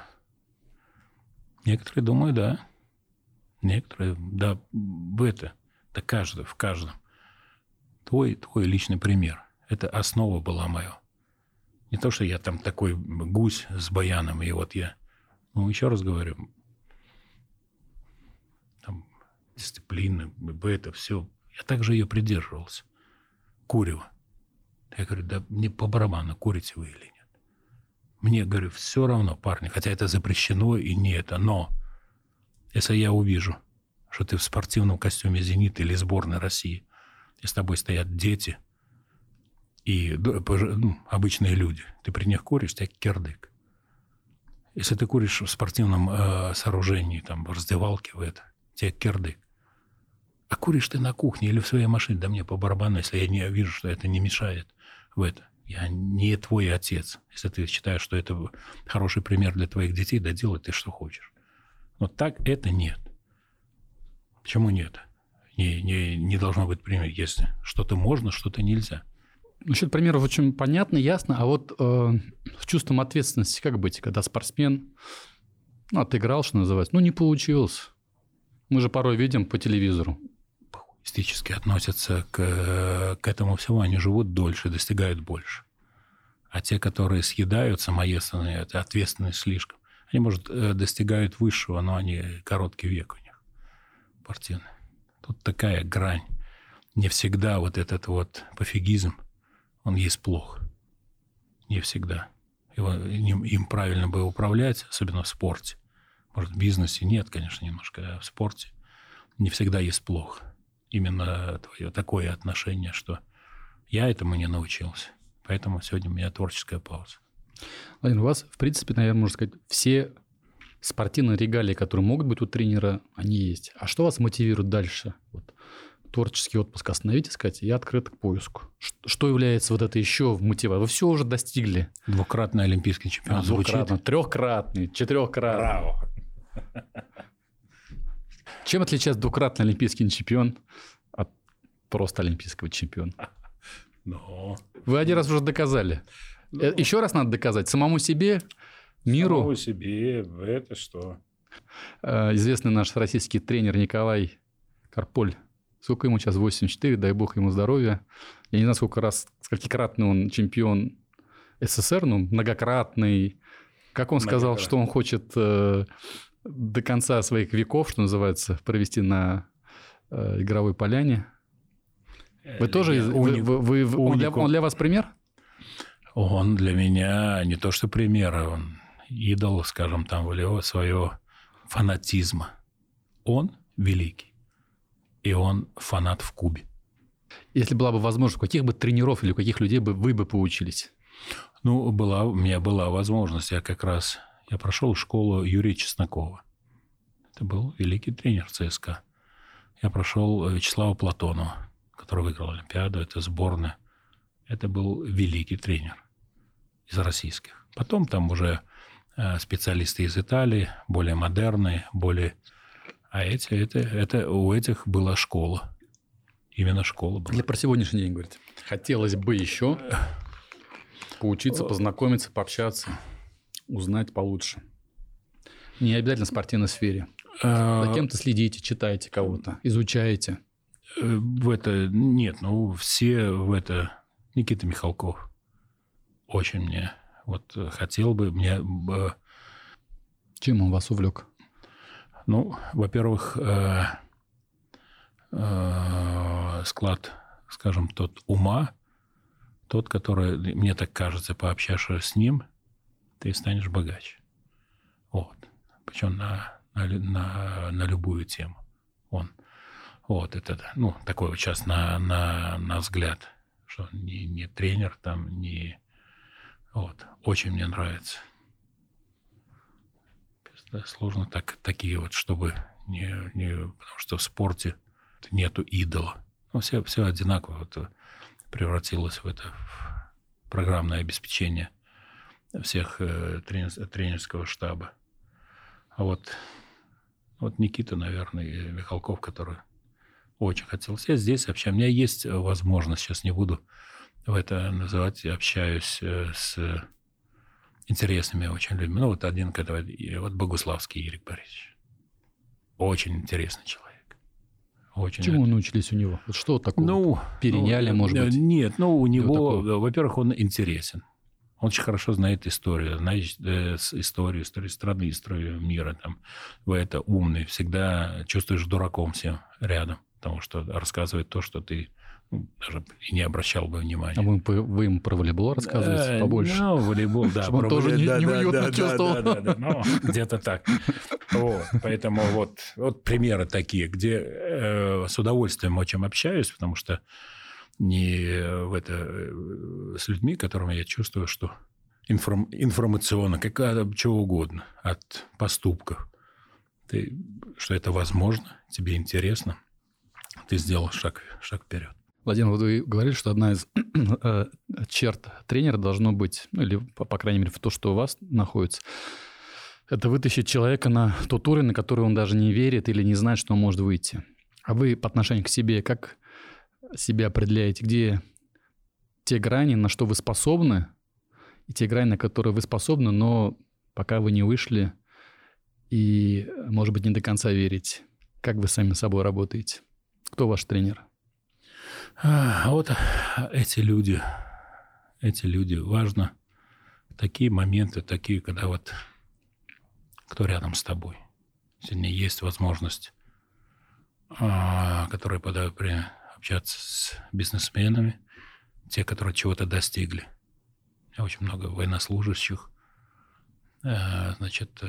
некоторые думают, да. Некоторые, да, в это, да каждый, в каждом. Твой, твой личный пример. Это основа была моя. Не то, что я там такой гусь с баяном, и вот я... Ну, еще раз говорю, там, дисциплина, это все. Я также ее придерживался. Курево. Я говорю, да мне по барабану, курите вы или нет. Мне, говорю, все равно, парни, хотя это запрещено и не это, но если я увижу, что ты в спортивном костюме «Зенита» или сборной России, и с тобой стоят дети и ну, обычные люди, ты при них куришь, тебя кирдык. Если ты куришь в спортивном э, сооружении, там, в раздевалке, в это, тебе кирдык. А куришь ты на кухне или в своей машине, да мне по барабану, если я не вижу, что это не мешает в это. Я не твой отец. Если ты считаешь, что это хороший пример для твоих детей, да делай ты что хочешь. Но так это нет. Почему нет? Не, не, не должно быть пример. Если что-то можно, что-то нельзя. Насчет примеров очень понятно, ясно. А вот э, с чувством ответственности как быть, когда спортсмен ну, отыграл, что называется, ну, не получилось. Мы же порой видим по телевизору. Эстетически относятся к, к этому всему. Они живут дольше, достигают больше. А те, которые съедают самоедственные, это ответственность слишком. Они, может, достигают высшего, но они короткий век у них спортивный. Тут такая грань. Не всегда вот этот вот пофигизм, он есть плохо. Не всегда. Его, им, им правильно бы управлять, особенно в спорте. Может, в бизнесе нет, конечно, немножко, а в спорте не всегда есть плохо. Именно твое такое отношение, что я этому не научился. Поэтому сегодня у меня творческая пауза. Владимир, у вас, в принципе, наверное, можно сказать, все спортивные регалии, которые могут быть у тренера, они есть. А что вас мотивирует дальше? Вот, творческий отпуск остановить и сказать, я открыт к поиску. Что является вот это еще в мотиве? Вы все уже достигли. Двукратный олимпийский чемпион. А, двукратный, трехкратный, четырехкратный. Браво. Чем отличается двукратный олимпийский чемпион от просто олимпийского чемпиона? Ну, Вы один раз уже доказали. Ну, еще раз надо доказать самому себе, миру. Самому себе, это что? Известный наш российский тренер Николай Карполь. Сколько ему сейчас? восемьдесят четыре, дай бог ему здоровья. Я не знаю, сколько раз, сколькикратный он чемпион СССР, ну, многократный. Как он сказал, что он хочет э, до конца своих веков, что называется, провести на э, игровой поляне. Вы тоже... Я, вы, вы, вы, вы, он, для, он для вас пример? Он для меня не то что пример, он идол, скажем, там, волевого своего фанатизма. Он великий. И он фанат в Кубе. Если была бы возможность, у каких бы тренеров или у каких людей бы вы бы поучились? Ну, была, у меня была возможность. Я как раз я прошел школу Юрия Чеснокова. Это был великий тренер ЦСКА. Я прошел Вячеслава Платонова, который выиграл Олимпиаду. Это сборная. Это был великий тренер из российских. Потом там уже специалисты из Италии, более модерные, более... А эти, это, это у этих была школа. Именно школа была. Или про сегодняшний день говорите? Хотелось бы еще поучиться, познакомиться, пообщаться, узнать получше. Не обязательно в спортивной сфере. За кем-то следите, читаете кого-то, изучаете. В это... Нет, ну, все в это... Никита Михалков. Очень мне... Вот хотел бы мне... Чем он вас увлек? Ну, во-первых, э, э, склад, скажем, тот ума, тот, который, мне так кажется, пообщавшись с ним, ты станешь богаче. Вот. Причем на, на, на, на любую тему. Он. Вот это, ну, такой вот сейчас на, на, на взгляд, что не, не тренер там, не... Вот. Очень мне нравится. Да, сложно так, такие вот, чтобы не, не... Потому что в спорте нету идола. Ну, все, все одинаково. Вот, превратилось в это в программное обеспечение всех э, тренер, тренерского штаба. А вот, вот Никита, наверное, и Михалков, который очень хотел. Я здесь общаюсь. У меня есть возможность, сейчас не буду в это называть, я общаюсь с... интересными очень людьми. Ну, вот один, который, вот Богуславский Ирик Борисович. Очень интересный человек. Очень Чему это... научились у него? Вот что такого ну, переняли, ну, может быть? Нет, ну, у него, такого? во-первых, он интересен. Он очень хорошо знает историю, знает э, историю, историю страны, историю мира. Там. Вы это умный, всегда чувствуешь дураком всем рядом, потому что рассказывает то, что ты даже и не обращал бы внимания. А вы, вы ему про волейбол рассказываете побольше? Ну, волейбол, да. Чтобы он тоже неуютно чувствовал. Ну, где-то так. Вот, поэтому вот, вот примеры такие, где э, с удовольствием очень общаюсь, потому что не в это, с людьми, которыми я чувствую, что информ, информационно, какая-то чего угодно, от поступков. Ты, что это возможно, тебе интересно, ты сделал шаг, шаг вперед. Владимир, вы говорили, что одна из э, черт тренера должно быть, ну, или, по, по крайней мере, в то, что у вас находится, это вытащить человека на тот уровень, на который он даже не верит или не знает, что он может выйти. А вы по отношению к себе как себя определяете? Где те грани, на что вы способны, и те грани, на которые вы способны, но пока вы не вышли и, может быть, не до конца верите? Как вы сами с собой работаете? Кто ваш тренер? А вот эти люди, эти люди, важно такие моменты, такие, когда вот кто рядом с тобой. Сегодня есть возможность, которая подает при общаться с бизнесменами, те, которые чего-то достигли. Очень много военнослужащих, значит,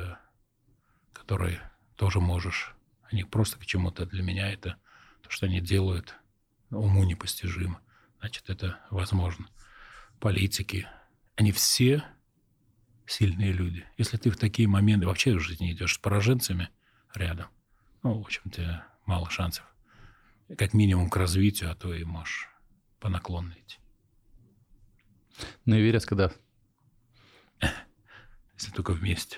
которые тоже можешь, они просто к чему-то, для меня это то, что они делают, уму непостижимо. Значит, это возможно. Политики, они все сильные люди. Если ты в такие моменты вообще в жизни идешь с пораженцами рядом, ну, в общем-то, мало шансов как минимум к развитию, а то и можешь по наклонной идти. На Эверест когда? Если только вместе.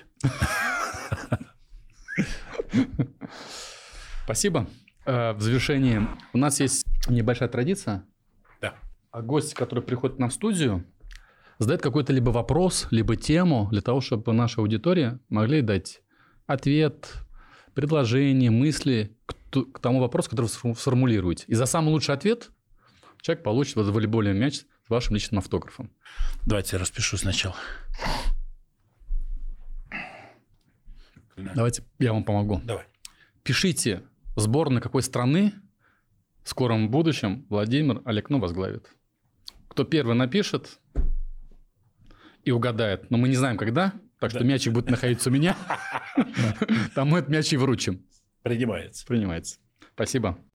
Спасибо. В завершении у нас есть небольшая традиция. Да. А гость, который приходит к нам в студию, задает какой-то либо вопрос, либо тему для того, чтобы наша аудитория могли дать ответ, предложение, мысли к, ту, к тому вопросу, который вы сформулируете. И за самый лучший ответ человек получит вот волейбольный мяч с вашим личным автографом. Давайте я распишу сначала. Давайте я вам помогу. Давай. Пишите сборную какой страны в скором будущем Владимир Алекно возглавит. Кто первый напишет и угадает, но мы не знаем когда, так что мячик будет находиться у меня, тому этот мяч и вручим. Принимается. Принимается. Спасибо.